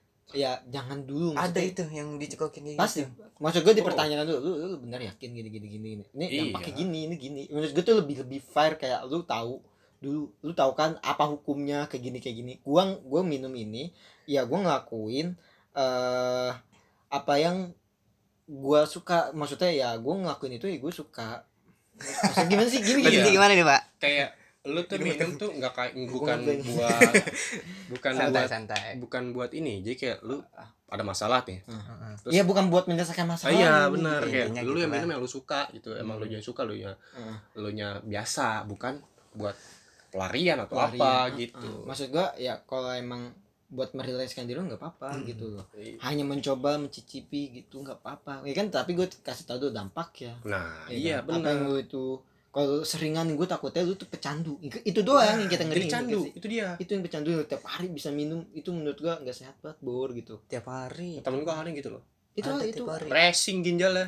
ya jangan dulu, Ada maksudnya itu yang dicekokin kayak pasti. gitu. Maksud gua dipertanyakan dulu, lu, lu bener yakin gini gini gini gini. Ini Iya. dampaknya gini, ini gini. Menurut gua tuh lebih lebih fair, kayak lu tahu dulu, lu tahu kan apa hukumnya kayak gini kayak gini. Gua gua minum ini, ya gua ngelakuin eh apa yang gua suka, maksudnya ya gua ngelakuin itu ya gua suka. Maksudnya gimana sih gini Iya. gini. Berarti gimana nih, Pak? Kayak lu tuh minum tuh nggak kayak bukan Bukan. buat bukan Santai, buat santai. bukan buat ini. Jadi kayak lu ada masalah nih. Heeh. Terus- Iya bukan buat menyelesaikan Ah, masalah. iya ini, benar gitu. kayak Intinya lu gitu yang lah. minum yang lu suka gitu. Emang lu yang suka lu ya. Heeh. Lu nya biasa bukan buat pelarian atau Pelarian, apa heeh. gitu. Maksud gua ya kalau emang buat meriliskan diri nggak apa-apa Hmm. gitu loh. Iya. Hanya mencoba mencicipi gitu nggak apa-apa. Ya kan, tapi gue kasih tau dulu dampak ya. Nah, Ya iya kan? Apa yang benar. lu itu kalau seringan gue takutnya lu tuh pecandu. Itu doang yang kita ngeri. Jadi candu, itu dia. Itu yang pecandu tiap hari bisa minum, itu menurut gua nggak sehat banget, Bor, gitu. Tiap hari. Temen gua ada yang gitu loh. Itu Ada itu tiap hari. Racing ginjalnya.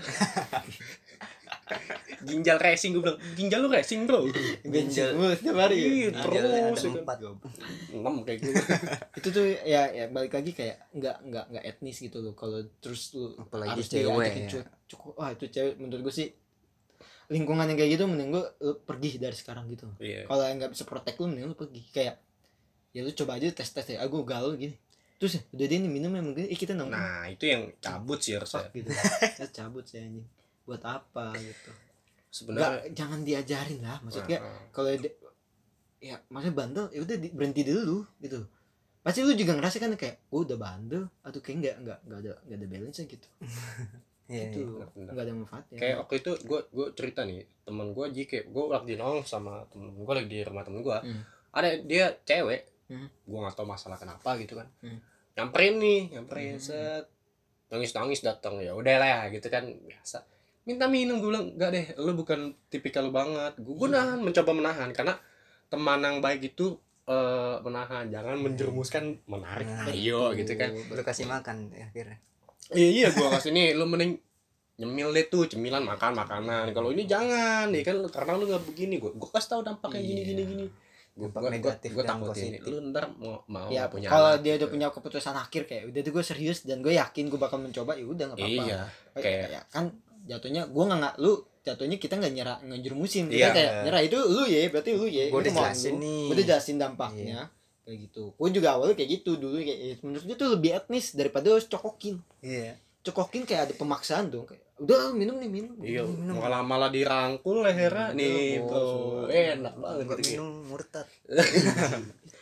Ginjal racing gue bilang, ginjal lu racing bro. bensin mulu tiap hari. Iya, Ya? terus Ada ya kan. empat. enam kayak gue. Itu tuh ya, ya balik lagi kayak nggak nggak nggak etnis gitu loh. Kalau terus lu Apalagi harus cewek diajakin ya. cu- cukup, wah itu cewek menurut gue sih lingkungan yang kayak gitu mending gue lu pergi dari sekarang gitu. Iya. Kalau yang nggak bisa protek lu mending lu pergi, kayak ya lu coba aja tes tes ya, aku galau gini, terus ya udah dia nih minum emang gini, eh kita nongkrong, Nah, itu yang cabut sih harusnya. fuck gitu, ya cabut sih anjing, buat apa gitu. Sebenarnya Nggak, jangan diajarin lah, maksudnya Nah, kalau de- ya maksudnya bandel ya udah di- berhenti dulu gitu. Pasti lu juga ngerasa kan kayak gue udah bandel atau kayak nggak nggak nggak ada nggak ada balance gitu. Iya, Itu iya. benar-benar. nggak ada manfaatnya. kayak waktu itu gue gue cerita nih temen gue jadi kayak gue lagi nongkrong sama temen gue lagi di rumah temen gue, Hmm. ada dia cewek, Hmm. gue nggak tahu masalah kenapa gitu kan, Hmm. nyamperin nih nyamperin Hmm. set nangis nangis datang, ya udah lah ya gitu kan biasa, minta minum. Gue bilang enggak deh, lu bukan tipikal lu banget. Gue gue nahan, mencoba menahan karena teman yang baik itu eh, menahan, jangan menjerumuskan, menarik, Nah, ayo itu. gitu kan. Baru kasih makan ya, akhirnya. Iya iya gue kasih nih, lu mending nyemil deh tuh cemilan, makan makanan. Kalau ini jangan nih kan, karena lu nggak begini. Gue gue kasih tahu dampaknya gini Iya. gini gini. Gue Dampak gue negatif gue dan takut ini. positif. Lu ntar mau mau Ya nggak punya kalau anak dia udah gitu. punya keputusan akhir kayak udah tuh gue serius dan gue yakin gue bakal mencoba, ya udah nggak apa-apa. Iya. Kayak Kayak ya kan jatuhnya gue nggak nggak lu jatuhnya kita nggak nyerah ngejerumusin, kita Iya. kayak nyerah itu lu ya, berarti lu ya. Gua itu udah mau jelasin lu. nih. Gua udah jelasin dampaknya kayak gitu. Gue juga awalnya kayak gitu dulu, kayak eh, menurut gue tuh lebih etnis daripada harus cokokin. Iya. Cokokin kayak ada pemaksaan dong, kayak udah lu minum nih minum. iya, minum. malah malah dirangkul lehernya nih Iya, bro, bos. enak banget Enggak gitu. minum murtad.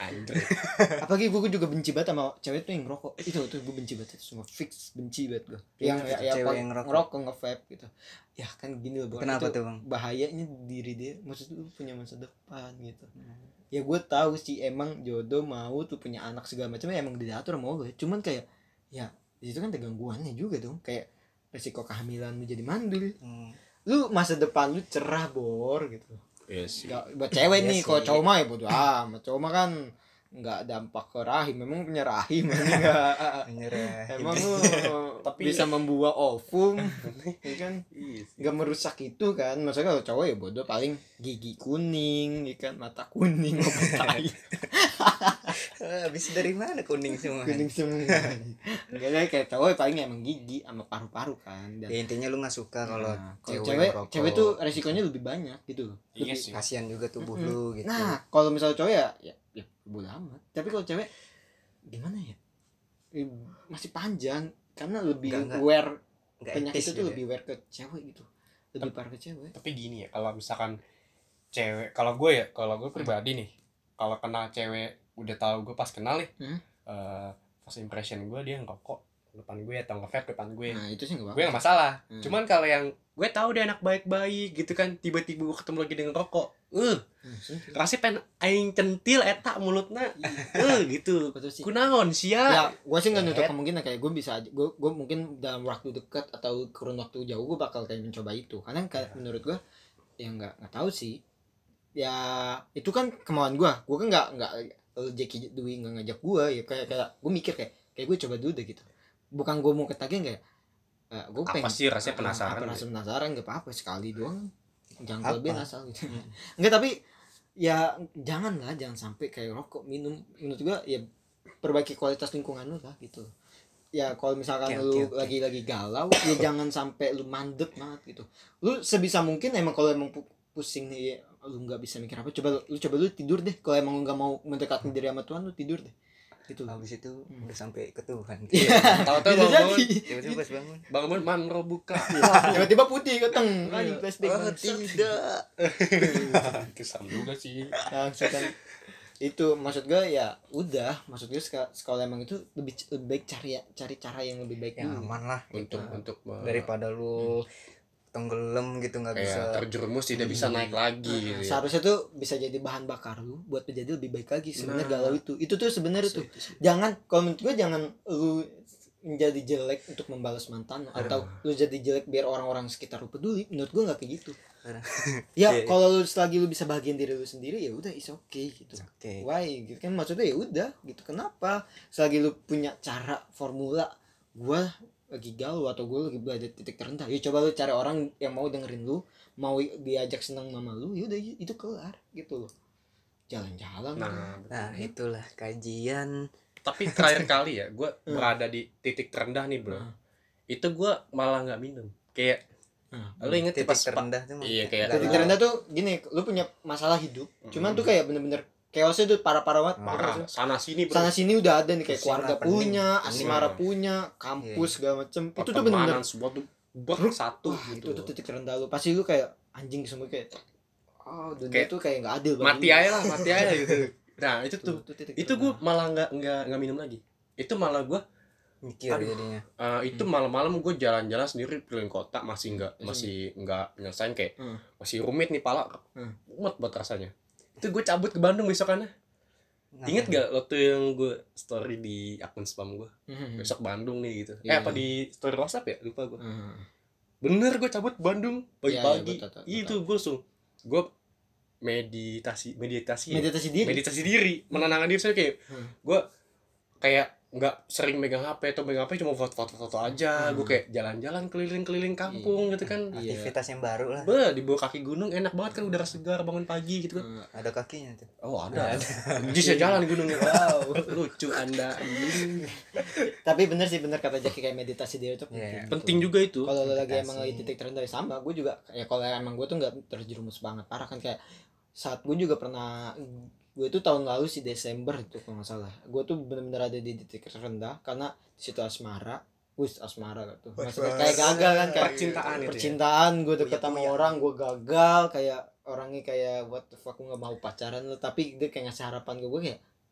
Anjir. Apalagi gue juga benci banget sama cewek tuh yang ngerokok. Itu tuh gue benci banget itu semua fix benci banget gue. Yang Kenapa ya, tuh ya cewek pol- yang ngerokok? ngerokok nge-vape gitu. Ya kan gini loh Bang. Kenapa Itu tuh, Bang? bahayanya diri dia. Maksudnya lu punya masa depan gitu. Ya gue tahu sih emang jodoh mau tuh punya anak segala macam ya emang diatur mau gue. Cuman kayak ya itu kan ada gangguannya juga dong. Kayak resiko kehamilan lu jadi mandul. Hmm. Lu masa depan lu cerah bor gitu. Iya sih. Nggak, buat cewek Iya nih, sih. kalau cowok mah ya bodo amat. Cowok mah kan nggak dampak ke rahim, memang punya rahim ini nggak. Menyerah. Emang lu Tapi- bisa membuat ovum, ya kan? Iya sih. Nggak merusak itu kan. Maksudnya kalau cowok ya bodo paling gigi kuning, ya kan? Mata kuning, obat tai. Habis dari mana kuning semua? Kuning semua. Enggak ada kayak cowok ya paling emang gigi sama paru-paru kan. Dan Ya intinya lu nggak suka kalau Nah, kalau cewek cewek, ngerokok. cewek tuh resikonya lebih banyak gitu loh. Iya Lebih- sih. Kasihan juga tubuh Mm-mm. lu gitu. Nah, kalau misalnya cowok ya, ya, ya bodo amat. Tapi kalau cewek gimana ya? Eh, Masih panjang karena lebih Enggak, enggak. aware Nggak penyakit etis itu juga. lebih aware ke cewek gitu. Lebih parah ke cewek. Tapi gini ya, kalau misalkan cewek, kalau gue ya, kalau gue pribadi nih, kalau kenal cewek udah tahu gue pas kenal nih, Hmm? eh, first impression gue dia ngerokok depan gue atau nge-vape depan gue, Nah, itu sih enggak gue apa-apa. gak masalah. Hmm. Cuman kalau yang gue tahu dia anak baik-baik gitu kan, tiba-tiba gue ketemu lagi dengan rokok, uh, Hmm, sentil. rasanya pengen aing centil eta mulutna, uh, gitu. Betul sih. Kunaon sia? Ya, gue sih nggak nutup Eh. kemungkinan kayak gue bisa aja, gue gue mungkin dalam waktu dekat atau kurun waktu jauh gue bakal kayak mencoba itu. Karena kayak menurut gue ya nggak nggak tahu sih. Ya itu kan kemauan gue. Gue kan nggak nggak eh, Jackie Dwi nggak ngajak gue ya kayak kayak gue mikir kayak kayak gue coba dulu deh gitu. Bukan gue mau ketagihan kayak eh, gue Apa sih rasanya penasaran? Apa rasa penasaran nggak apa-apa sekali doang. Jangan Apa? kelebihan asal gitu. Enggak tapi ya jangan lah jangan sampai kayak rokok minum menurut gua ya perbaiki kualitas lingkungan lu lah gitu ya kalau misalkan Oke, lu oke, oke. lagi-lagi galau ya jangan sampai lu mandek banget gitu lu sebisa mungkin emang kalau emang pu- pusing nih lu nggak bisa mikir apa coba lu, lu coba lu tidur deh kalau emang lu nggak mau mendekatkan diri sama Tuhan lu tidur deh gitu loh. Habis itu udah sampai ke Tuhan. Iya. Tahu-tahu Bisa bangun, jadi. Tiba-tiba pas bangun. bangun man robuka. Tiba-tiba putih keteng anjing flashback Oh, bangsat. tidak. Kesam juga sih. Langsung kan itu maksud gue ya udah maksud gue seka- sekolah emang itu lebih lebih baik cari cari cara yang lebih baik Yang dulu. aman lah Untuk Nah. untuk me- daripada lu tenggelam gitu nggak bisa. kayak terjerumus tidak bisa naik lagi gitu ya. Seharusnya tuh bisa jadi bahan bakar lu buat menjadi lebih baik lagi sebenarnya Nah. galau itu itu tuh sebenarnya tuh Itu sih. jangan kalau menurut gue jangan lu menjadi jelek untuk membalas mantan lu, atau lu jadi jelek biar orang-orang sekitar lu peduli menurut gue nggak kayak gitu Aduh. ya Iya. kalau lu selagi lu bisa bahagian diri lu sendiri ya udah is okay gitu Oke. why gitu kan maksudnya ya udah gitu kenapa selagi lu punya cara formula gua lagi galau atau gue lagi berada di titik terendah ya coba lu cari orang yang mau dengerin lu mau diajak senang mama lu ya udah itu kelar gitu loh jalan-jalan Nah, Nah, itulah kajian. tapi terakhir kali ya gue berada di titik terendah nih bro, Hmm. itu gue malah nggak minum kayak Nah, lu inget tuh Titik pas pa- terendah tuh. mah. iya kayak titik Galau. terendah tuh gini lu punya masalah hidup cuman Hmm. tuh kayak bener-bener chaosnya tuh parah-parah banget parah sana sini bro, sana sini udah ada nih kayak Pusing keluarga lah, pening. punya Pening. asmara punya kampus Iya. segala macem itu tuh bener-bener pertemanan semua tuh bak satu wah, gitu. itu tuh titik terendah lu pasti lu kayak anjing semua kayak oh dunia Kayak tuh kayak nggak adil bagi mati lu. aja lah mati aja gitu. Nah itu tuh Tuh, tuh titik itu gue terendah. malah nggak nggak nggak minum lagi, itu malah gue Mikir Aduh. jadinya. uh, itu Hmm. malam-malam gue jalan-jalan sendiri keliling kota masih nggak masih nggak nyelesain kayak Hmm. masih rumit nih pala Hmm. mumet buat rasanya. Itu gue cabut ke Bandung besokannya. Ingat gak waktu yang gue story di akun spam gue Hmm. besok Bandung nih gitu, eh Iya. apa di story WhatsApp ya lupa gue. Hmm. Bener gue cabut ke Bandung pagi-pagi. Iya, iya, gua tahu, gua Itu gue langsung gue meditasi meditasi ya? meditasi diri meditasi diri menenangkan diri saya kayak Hmm. gue kayak nggak sering megang H P atau megang H P cuma foto-foto aja. Hmm. Gue kayak jalan-jalan keliling-keliling kampung gitu kan. Iya. Aktivitas yang baru lah. Be, di bawah kaki gunung enak banget kan udara segar bangun pagi gitu kan. Hmm. Ada kakinya tuh. Oh ada. Jis ya jalan di gunungnya. Wow, lucu Anda anjing. Tapi bener sih bener kata Jaki kayak meditasi diri itu Iya. penting. Penting juga itu. Kalau lu lagi Meditasi. emang lagi titik terendah ya sama, gue juga ya kalau emang gue tuh nggak terjerumus banget parah kan kayak saat gue juga pernah gue tuh tahun lalu sih Desember itu kalau nggak salah gue tuh bener-bener ada di titik terendah karena di situ asmara, wis asmara tuh maksudnya kayak gagal kan kayak Percintaan itu ya? percintaan gue deket sama Uyak-uyak. orang gue gagal kayak orangnya kayak what the fuck gue nggak mau pacaran lu tapi dia kayak ngasih harapan ke gue kayak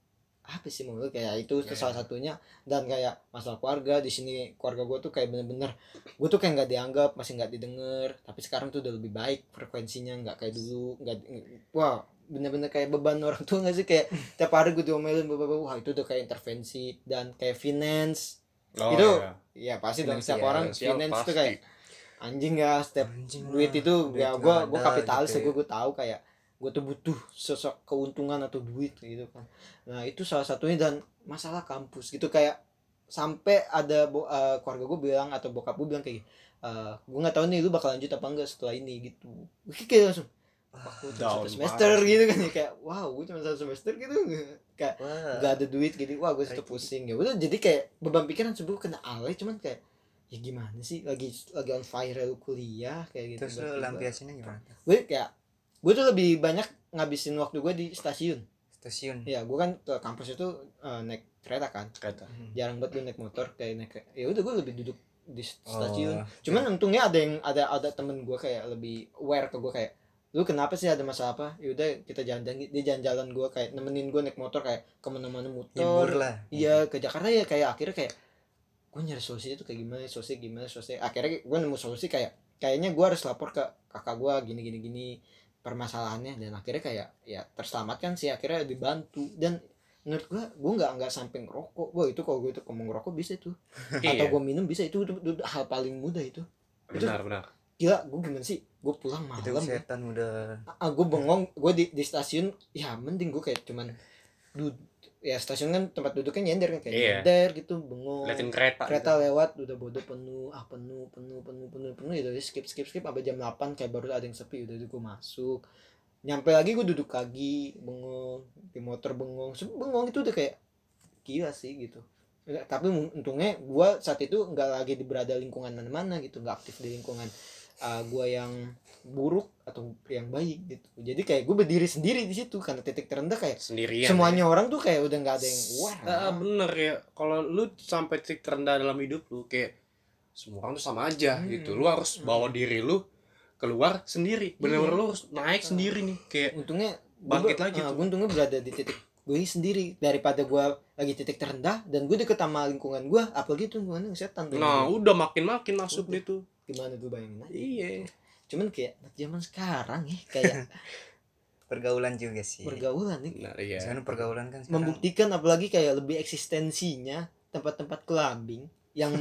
apa sih mau kayak itu yeah. salah satunya. Dan kayak masalah keluarga di sini, keluarga gue tuh kayak bener-bener gue tuh kayak nggak dianggap, masih nggak didengar. Tapi sekarang tuh udah lebih baik frekuensinya, nggak kayak dulu. Nggak, wah bener-bener kayak beban orang tua nggak sih, kayak tiap hari gue diomelin, wah itu udah kayak intervensi. Dan kayak finance oh, itu iya. Ya pasti dong, setiap ya, orang finance pasti. Tuh kayak anjing ya, setiap anjing duit lah. Itu duit ya gue gue kapitalis gitu ya. Gue gue tahu kayak gue tuh butuh sosok keuntungan atau duit gitu kan. Nah itu salah satunya. Dan masalah kampus gitu, kayak sampai ada bo- uh, keluarga gue bilang atau bokap gue bilang kayak uh, gue nggak tahu nih lu bakal lanjut apa enggak setelah ini gitu. Gue kayak langsung aku cuma satu semester parah. Gitu kan ya, kayak wow gue cuma satu semester gitu, kayak wow. Gak ada duit gitu, wah gue tuh pusing ya udah. Jadi kayak beban pikiran sebelum kena alay, cuman kayak ya gimana sih, lagi lagi on fire lu kuliah kayak gitu. Terus lu lampiasinnya gimana? Gue kayak gue tuh lebih banyak ngabisin waktu gue di stasiun. Stasiun. Ya gue kan ke kampus itu uh, naik kereta kan. Kereta. Jarang banget gue naik motor, kayak naik. Ya udah gue lebih duduk di stasiun. Oh, cuman ya. Untungnya ada yang ada ada temen gue kayak lebih aware ke gue, kayak lu kenapa sih, ada masalah apa? Ya udah kita jalan-jalan. Dia jalan-jalan gue kayak nemenin gue naik motor, kayak kemana-mana muter. Hibur lah. Iya ke Jakarta ya, kayak akhirnya kayak gue nyari solusi itu kayak gimana, solusi gimana, solusi. Akhirnya gue nemu solusi kayak kayaknya gue harus lapor ke kakak gue gini gini gini permasalahannya. Dan akhirnya kayak ya terselamatkan sih, akhirnya dibantu. Dan menurut gue gue nggak nggak sampai ngerokok. Gue itu kalau gue itu ngomong ngerokok bisa tuh atau gue minum bisa, itu, itu, itu, itu hal paling mudah itu. Benar itu, benar gila. Gue gimana sih, gue pulang malam itu setan ya. Udah ah, gue bengong. Gue di, di stasiun ya mending gue kayak cuman duduk ya, stasiun kan tempat duduknya nyender kan, kayak iya. nyender gitu, bengong. Liatin kereta kereta gitu. Lewat udah bodoh penuh ah penuh penuh penuh penuh penuh ya udah skip skip skip sampai jam delapan kayak baru ada yang sepi, udah gue masuk. Nyampe lagi gue duduk lagi bengong di motor, bengong bengong itu udah kayak gila sih gitu. Tapi untungnya gue saat itu nggak lagi di berada lingkungan mana-mana gitu, nggak aktif di lingkungan uh, gue yang buruk atau yang baik gitu. Jadi kayak gue berdiri sendiri di situ karena titik terendah kayak sendirian. Semuanya ya. Orang tuh kayak udah nggak ada yang wah. Uh, bener ya, kalau lu sampai titik terendah dalam hidup lu kayak semua orang tuh sama aja hmm. gitu. Lu harus bawa hmm. diri lu keluar sendiri, benar-benar iya. Lu harus naik sendiri nih, kayak untungnya bangkit gua, lagi uh, tuh. Gue untungnya berada di titik gue sendiri daripada gue lagi titik terendah dan gue deket sama lingkungan gue, apalagi tuh lingkungan setan tuh. Nah gitu. Udah makin-makin masuk udah. Gitu gimana tuh bayangin aja. Iya, cuman kayak zaman sekarang ya kayak pergaulan juga sih, pergaulan nih. Nah, iya. Sekarang pergaulan kan sekarang membuktikan, apalagi kayak lebih eksistensinya tempat-tempat clubbing yang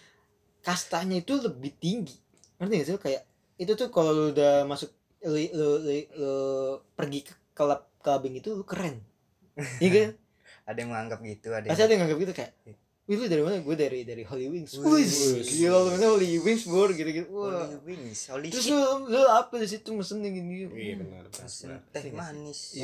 kastanya itu lebih tinggi. Ngerti gak sih, kayak itu tuh kalau lu udah masuk lu, lu, lu, lu pergi ke klub clubbing itu lu keren. Iya kan? Ada yang menganggap gitu, ada yang... ada yang menganggap gitu kayak wih lu dari mana? Gue dari dari Holy Wings. Wih, gila lu mana Holy Wings bor gitu-gitu. Wah. Holy Wings, Holy Terus lu, lu apa di situ mesen gini? Iya benar. Teh manis.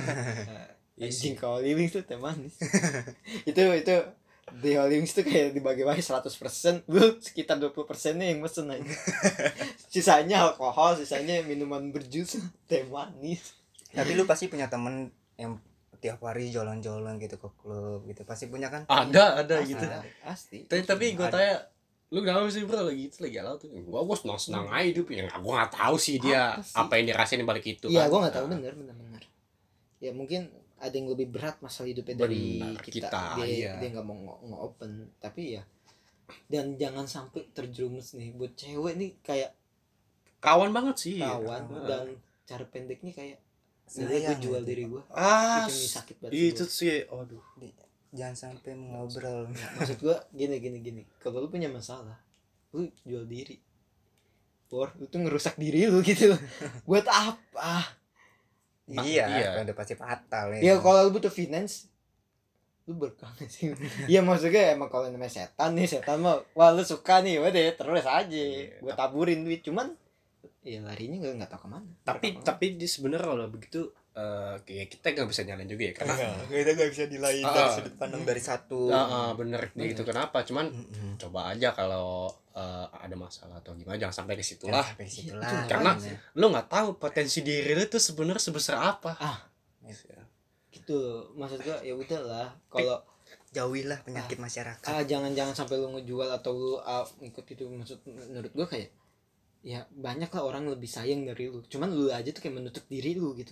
Anjing kalau Holy Wings tuh teh manis. itu itu di Holy Wings tuh kayak dibagi-bagi seratus persen, lu sekitar dua puluh persen-nya yang mesen aja. Sisanya alkohol, sisanya minuman berjus, teh manis. Tapi lu pasti punya temen yang tiap hari jalan-jalan gitu ke klub gitu, pasti punya kan? Ada, ada pasti, gitu. Pasti. Tapi, tapi gue tanya, lu kenapa sih bro lagi itu lagi galau tuh? Gue gue senang senang aja hidup ya. Gue nggak tahu sih dia apa, sih? Apa yang dirasain di balik itu. Iya, kan? Gue nggak tahu bener bener bener. Ya mungkin ada yang lebih berat masalah hidupnya dari benar, kita. kita. Dia iya. dia nggak mau nggak open, tapi ya. Dan jangan sampai terjerumus nih buat cewek nih kayak kawan banget sih. Kawan ya. Dan cara pendeknya kayak gue jual diri gue. Ah, itu sakit banget. Itu sih, aduh. Jangan sampai ngobrol. Maksud gue gini gini gini. Kalau lu punya masalah, lu jual diri. Bor, lu tuh ngerusak diri lu gitu. Buat apa? Iya, iya. Udah pasti fatal ya. Ya kalau lu butuh finance, lu berkah sih. Iya maksudnya emang kalau namanya setan nih, setan mah wah lu suka nih, udah terus aja. Iya, gue taburin duit, cuman ya larinya nggak nggak tahu kemana. Tapi kemana. Tapi di sebenarnya kalau begitu uh, kayak kita nggak bisa nyalain juga ya, karena kita nggak bisa nilai uh, dari sudut pandang dari satu. Uh, uh, bener bener gitu. Kenapa? Cuman mm-hmm. coba aja kalau uh, ada masalah atau gimana jangan sampai ke situ lah. Sampai ke situ lah. Karena ya. Lu nggak tahu potensi diri lu tuh sebenarnya sebesar apa. Ah, ya. Gitu. Maksud gua ya udahlah kalau jauhilah penyakit ah, masyarakat. Ah jangan jangan sampai lu ngejual atau lu uh, ikut itu. Maksud menurut gua kayak ya banyak lah orang lebih sayang dari lu, cuman lu aja tuh kayak menutup diri lu gitu.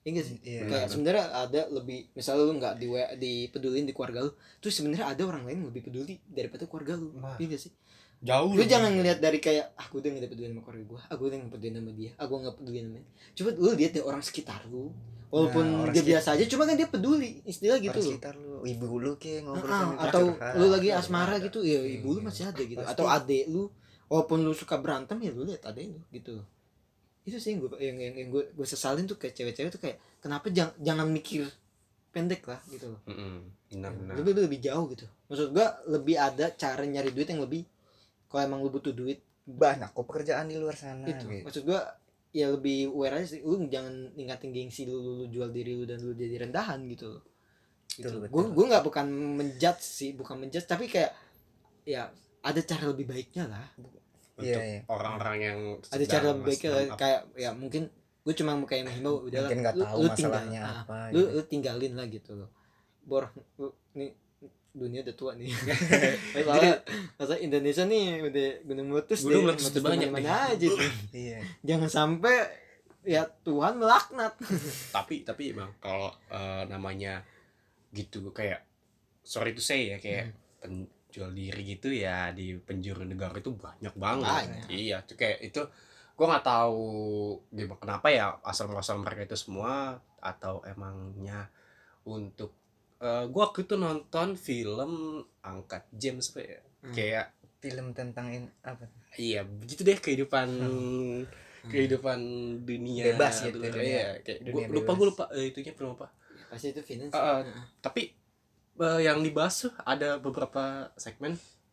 Iya sih. Iya. Kayak sebenarnya ada lebih, misalnya lu nggak di dipedulin di keluarga lu, tuh sebenarnya ada orang lain yang lebih peduli daripada keluarga lu. Nah. Iya gak sih? Jauh. Lu jangan ngelihat dari kayak ah gue udah nggak peduli sama keluarga gue, ah gue udah nggak peduli sama dia, ah gue nggak peduli sama dia. Coba lu lihat deh orang sekitar lu, walaupun Nah, orang dia sekitar- biasa aja, cuma kan dia peduli, istilah gitu Orang loh. sekitar lu, ibu lu kayak ngobrol Ah, sama atau curhat. lu lagi Ada, asmara ada. gitu, ya Hmm, ibu lu masih ada gitu. pasti. Atau adek lu, walaupun lu suka berantem ya lu lihat adek lu gitu. Itu sih yang gue yang yang, yang gue gue sesalin tuh kayak cewek-cewek tuh kayak kenapa jangan jangan mikir pendek lah gitu loh. Mm-mm. Benar-benar. Lebih lebih jauh gitu. Maksud gue lebih ada cara nyari duit yang lebih, kalau emang lu butuh duit Banyak kok pekerjaan di luar sana itu. gitu. Maksud gua ya lebih aware aja sih, lu jangan ningkatin gengsi lu, lu, lu jual diri lu dan lu jadi rendahan gitu loh. Gitu. Betul, betul. Gua gua nggak bukan menjudge sih, bukan menjudge, tapi kayak ya ada cara lebih baiknya lah. Untuk Iya, iya. orang-orang yang Ada cara sedang lebih baiknya lah. stand up. Kayak ya mungkin gue cuma mau kayak menghimbau udah Mungkin nggak tahu masalahnya ah, apa lu, gitu. lu tinggalin lah gitu loh. Bor lu, nih dunia udah tua nih. Masalah, masalah Indonesia nih udah gunung meletus deh. Gunung meletus Meletus udah banyak mana nih. aja tuh. Iya. Jangan sampai ya Tuhan melaknat. tapi tapi bang kalau eh, namanya gitu kayak sorry to say ya kayak penjual diri gitu ya di penjuru negara itu banyak banget. Banyak. Iya tuh kayak itu gue nggak tahu gimana kenapa ya asal muasal mereka itu semua atau emangnya untuk eh gue waktu itu nonton film Angkat James apa ya Hmm. kayak Film tentang in, apa? iya begitu deh kehidupan kehidupan dunia Bebas gitu, dunia, dunia- iya, kayak gua dunia lupa bebas. gue lupa eh, itunya film apa. Pasti itu finance. Ah, ah. Tapi eh, yang dibahas tuh ada beberapa segmen.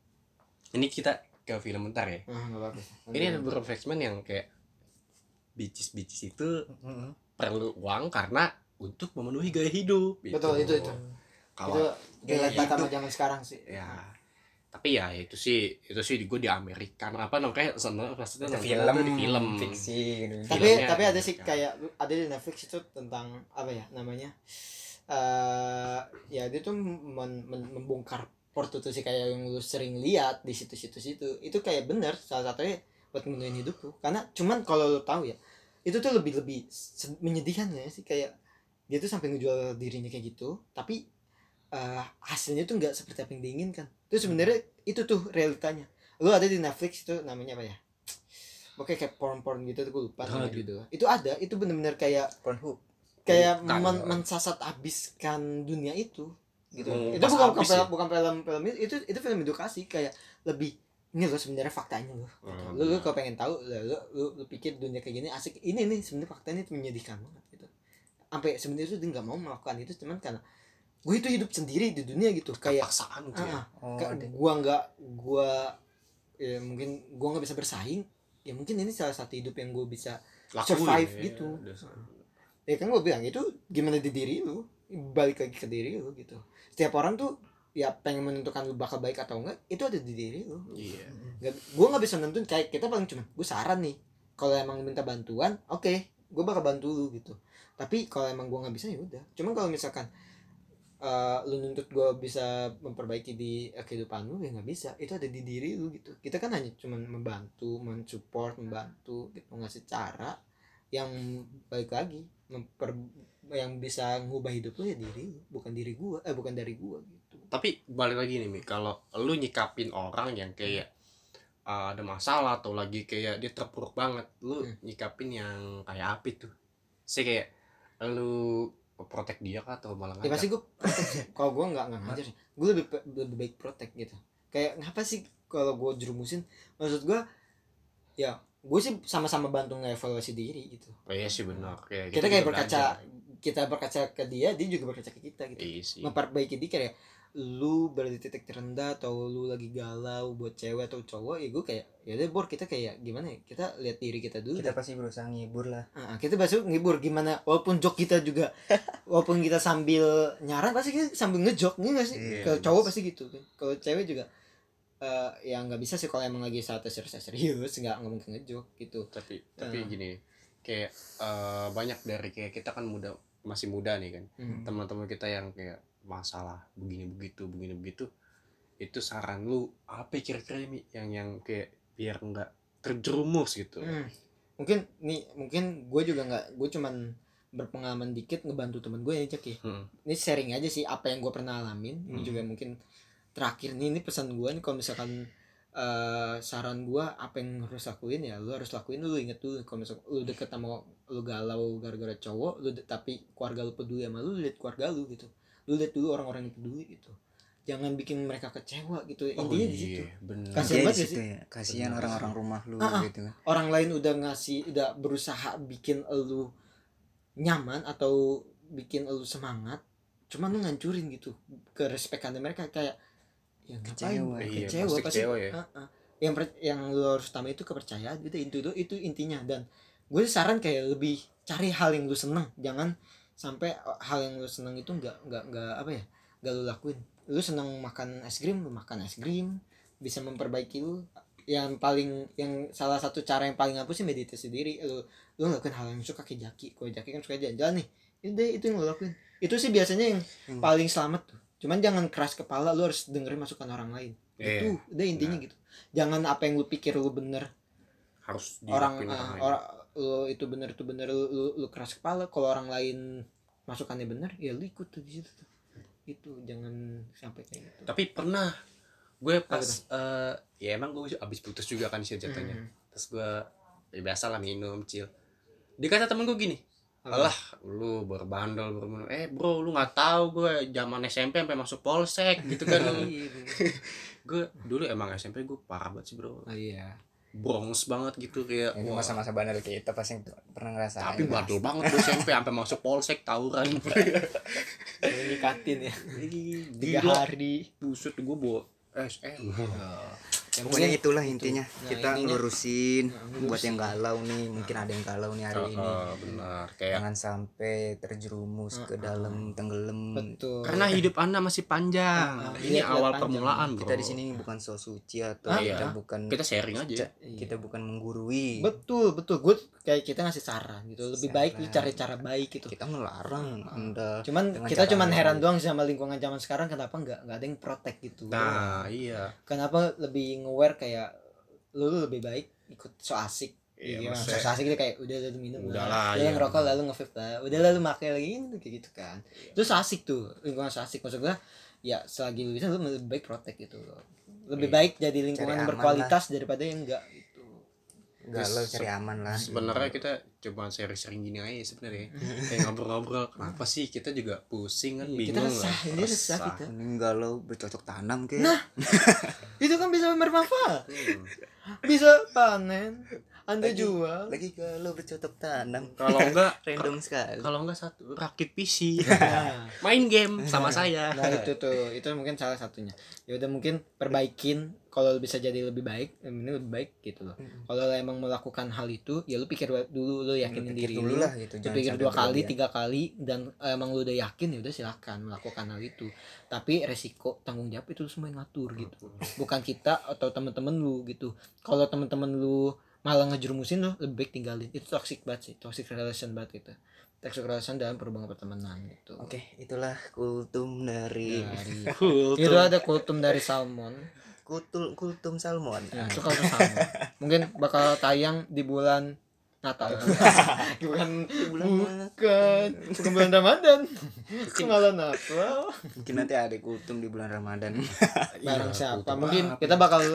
Ini kita ke film bentar ya. Ah, nggak apa-apa. Ini ada beberapa segmen yang kayak bitches-bitches itu Heeh. perlu uang karena untuk memenuhi gaya hidup. gitu. Betul, itu, itu. Kalau Itu gaya relate banget sama hidup. zaman sekarang sih. ya tapi ya itu sih itu sih gue di Amerika apa namanya sebenarnya maksudnya Itu nontonnya film, tuh di film fiksi gitu. Tapi Filmnya tapi ada sih Amerika. kayak ada di Netflix itu tentang apa ya namanya? Eh ya dia tuh men- men- membongkar prostitusi kayak yang lu sering lihat di situs-situs itu. Itu kayak bener salah satunya buat menuhin hidup lu. Karena cuman kalau lu tahu ya, itu tuh lebih-lebih se- menyedihkan ya sih, kayak dia tuh sampai ngejual dirinya kayak gitu, tapi eh, hasilnya tuh nggak seperti apa yang diinginkan. Itu sebenarnya itu tuh realitanya. Lu ada di Netflix itu namanya apa ya? Oke kayak porn-porn gitu tuh gue lupa nama Aduh. judulnya. Itu ada, itu bener-bener kayak Pornhub. kayak Bukan. men- mensasat habiskan dunia itu gitu. Hmm, Itu pas bukan bukan habis film, ya? bukan film film itu, itu itu film edukasi kayak lebih ini loh sebenarnya faktanya loh. Gitu. Hmm, Lu, lu benar. kalau pengen tahu lu, lu, lu, lu pikir dunia kayak gini asik. Ini nih sebenarnya faktanya itu menyedihkan banget gitu. Sampai sebenarnya tuh dia nggak mau melakukan itu cuman karena gue itu hidup sendiri di dunia gitu kayak paksaan gitu ya. ah, Oh, kayak ada. gua nggak gua ya mungkin gua nggak bisa bersaing, ya mungkin ini salah satu hidup yang gue bisa Lakuin survive ya, gitu. udah. Ya kan gue bilang itu gimana di diri lu, balik lagi ke diri lu gitu. Setiap orang tuh ya pengen menentukan lu bakal baik atau enggak itu ada di diri lu. Iya. Nggak, gue nggak bisa nentuin, kayak kita paling cuma gue saran nih kalau emang minta bantuan oke okay, gue bakal bantu lu gitu. Tapi kalau emang gue nggak bisa ya udah. Cuman kalau misalkan uh, lu nuntut gue bisa memperbaiki di uh, kehidupan lu ya nggak bisa, itu ada di diri lu gitu. Kita kan hanya cuman membantu, mensupport, membantu gitu, ngasih cara yang balik lagi memper yang bisa ngubah hidup lu ya diri lu, bukan diri gua eh bukan dari gua gitu. Tapi balik lagi nih Mi, kalau lu nyikapin orang yang kayak uh, ada masalah atau lagi kayak dia terpuruk banget, lu Hmm. nyikapin yang kayak apa tuh? Saya kayak lu protek dia kah atau malah Ya pasti ngajak? gua protek sih. Kalau gua nggak nggak ngajar sih, gua lebih lebih baik protek gitu. Kayak ngapa sih kalau gua jerumusin, maksud gua ya gue sih sama-sama bantu ngevaluasi diri gitu. Oh iya sih benar. Kayak Kita gitu kayak juga berkaca, belajar. kita berkaca ke dia, dia juga berkaca ke kita gitu. Iya sih. Memperbaiki dia kayak lu berada di titik terendah atau lu lagi galau buat cewek atau cowok, ya gue kayak ya udah Bor, kita kayak gimana ya, kita lihat diri kita dulu Kita deh. pasti berusaha ngibur lah. Ah, kita pasti ngibur gimana, walaupun jok kita juga walaupun kita sambil nyaran pasti kita sambil ngejok nih nggak sih. Iya, Kalau iya. cowok pasti gitu kan, kalau cewek juga eh ya nggak bisa sih kalau emang lagi saat serius serius nggak nggak mungkin ngejok gitu. Tapi tapi Ah. gini, kayak eh, banyak dari kayak kita kan muda masih muda nih kan. Hmm. Teman-teman kita yang kayak masalah begini begitu begini begitu, itu saran lu apa kira-kira Mi yang yang kayak biar nggak terjerumus gitu. Hmm. Mungkin nih mungkin gue juga nggak, gue cuman berpengalaman dikit ngebantu temen gue ya Jack ya. Hmm. Ini sharing aja sih apa yang gue pernah alamin. Ini Hmm. juga mungkin terakhir nih, ini pesan gue nih, kalau misalkan uh, saran gue apa yang harus lakuin ya lu harus lakuin, lu inget dulu kalau misalkan lu deket sama lu galau gara-gara cowok lu de- tapi keluarga lu peduli sama lu, lu lihat keluarga lu gitu, lu lihat dulu orang-orang yang peduli gitu, jangan bikin mereka kecewa gitu, intinya di situ. Bener. Kasihan Iya, banget di ya situ sih. ya. Kasihan Benar orang-orang sih. rumah lu Ah, ah. gitu kan. Orang lain udah ngasih, udah berusaha bikin lu nyaman atau bikin lu semangat, cuman lu ngancurin gitu ke respekannya mereka, kayak ya ngapain Kecewa. Iya, kecewa pasti pasti, kecewa ya. ah, ah. yang per- yang lu harus utama itu kepercayaan gitu, itu itu itu intinya. Dan gue saran kayak lebih cari hal yang lu seneng, jangan sampai hal yang lu seneng itu nggak nggak nggak apa ya nggak lu lakuin. Lu seneng makan es krim, lu makan es krim, bisa memperbaiki lu. Yang paling, yang salah satu cara yang paling ampuh sih meditasi diri. Lu lu ngelakuin hal yang suka, kayak Jaki, kalau Jaki kan suka jalan-jalan nih, itu itu yang lu lakuin, itu sih biasanya yang Hmm. paling selamat tuh. Cuman jangan keras kepala, lu harus dengerin masukan orang lain. Iya. Itu udah intinya Nah. gitu. Jangan apa yang lu pikir lu bener, Harus orang dilakuin ah, orang lain. orang lu itu bener itu bener, lu, lu, lu keras kepala. Kalau orang lain masukannya bener, ya lu ikut tuh di situ tuh. Itu jangan sampai kayak gitu. Tapi pernah gue pas Apa eh ya emang gue abis putus juga kan sih jatuhnya. Hmm. Terus gue ya biasa lah minum chill. Dikata temen gue gini, Apa? alah lu berbandel berminum, eh bro lu nggak tahu gue zaman S M P sampai masuk polsek gitu kan. Gue dulu emang S M P gue parah banget sih bro, Oh iya. brongs banget gitu kayak. Ini wah. masa-masa bandel kita pasti pernah ngerasain. Tapi bandel banget gue S M P sampai masuk polsek tawuran. Nikatin ya. Tiga Gila. hari. Buset gue bawa S M. Yang Pokoknya penting itulah itu. intinya. Nah, Kita intinya- ngelurusin Nah, ngelurusin. buat yang galau nih, mungkin ada yang galau nih hari ini. Oh, benar kayak Jangan sampai terjerumus ke dalam tenggelam. Betul. karena hidup Anda masih panjang. Ah, Ini iya, awal panjang. permulaan, bro. Kita di sini bukan so suci atau Ah, kita iya. bukan Kita sharing aja. ca- kita bukan menggurui. betul betul gue kayak kita ngasih saran gitu, lebih baik lu Saran. cari cara baik gitu. Kita melarang Anda. Cuman dengan kita cara cuman yang heran baik. doang sama lingkungan zaman sekarang, kenapa nggak nggak ada yang protect gitu. Nah, iya. Kenapa lebih nge-aware kayak lu, lu lebih baik ikut so asik. Iya, Iya, so maksudnya- asik gitu, kayak udah lu minum Udah lah, lah, udah iya. ngerokok lalu nge-vape lah, udah lalu makai lagi gitu, kayak gitu kan. Itu so asik tuh, lingkungan so asik. Maksud gua ya selagi lu bisa lu lebih baik protect gitu loh. Lebih Iya. baik jadi lingkungan Cari yang aman berkualitas daripada yang enggak gitu. Galau Terus cari aman lah. Sebenarnya kita coba sharing-sharing gini aja sebenarnya. Kayak ngobrol-ngobrol. Kenapa sih kita juga pusing kan, Iya, bingung kita lah. resah, ini resah kita. Mending galau bercocok tanam kayak. Nah, itu kan bisa bermanfaat, Hmm. bisa panen, Anda Lagi- jual. Lagi galau bercocok tanam. Kalau enggak Random sekali. kalau enggak satu rakit P C. Nah, Main game sama saya. nah itu tuh, itu mungkin salah satunya. Ya udah mungkin perbaikin, kalau bisa jadi lebih baik, ini lebih baik gitu loh. Kalau lo emang melakukan hal itu, ya lu pikir dulu, lu yakinin Pikir diri dulu lu. lah gitu. Lu jangan pikir sampai dua kali, berlebihan. tiga kali, dan emang lu udah yakin, ya udah silakan melakukan hal itu. Tapi resiko tanggung jawab itu lu semua yang ngatur gitu. Bukan kita atau teman-teman lu gitu. Kalau teman-teman lu malah ngejerumusin lu, lebih baik tinggalin. Itu toxic banget sih, toxic relation banget gitu. Toxic relation dalam perhubungan pertemanan gitu. Oke, itulah kultum dari Dari Cool. itu ada kultum dari salmon. kutul kultum salmon. Ya, itu kalau salmon. Mungkin bakal tayang di bulan Natal. bukan Bulan bukan bukan bulan Ramadan. Malah Natal. Mungkin nanti ada kultum di bulan Ramadan. Barang Iya, siapa? kultum Mungkin apa kita bakal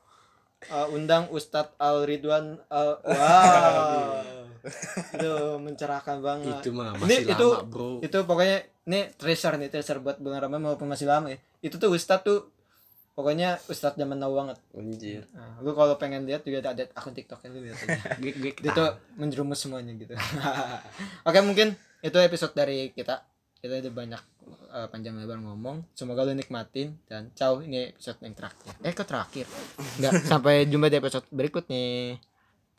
uh, undang Ustadz Al Ridwan. Uh, wow. Itu mencerahkan banget. Itu mah Ini masih itu lama, bro. itu pokoknya ini treasure nih, treasure buat bulan Ramadan maupun masih lama ya. Itu tuh Ustadz tuh pokoknya Ustadz zaman now banget. Anjir. Nah, lu kalau pengen lihat juga ada akun TikToknya, lu lihat aja. Gue gue Dia tuh menjerumus semuanya gitu. Oke, mungkin itu episode dari kita. Kita udah banyak uh, panjang lebar ngomong. Semoga lu nikmatin dan ciao, ini episode yang terakhir. Eh, kok terakhir? Enggak, sampai jumpa di episode berikutnya.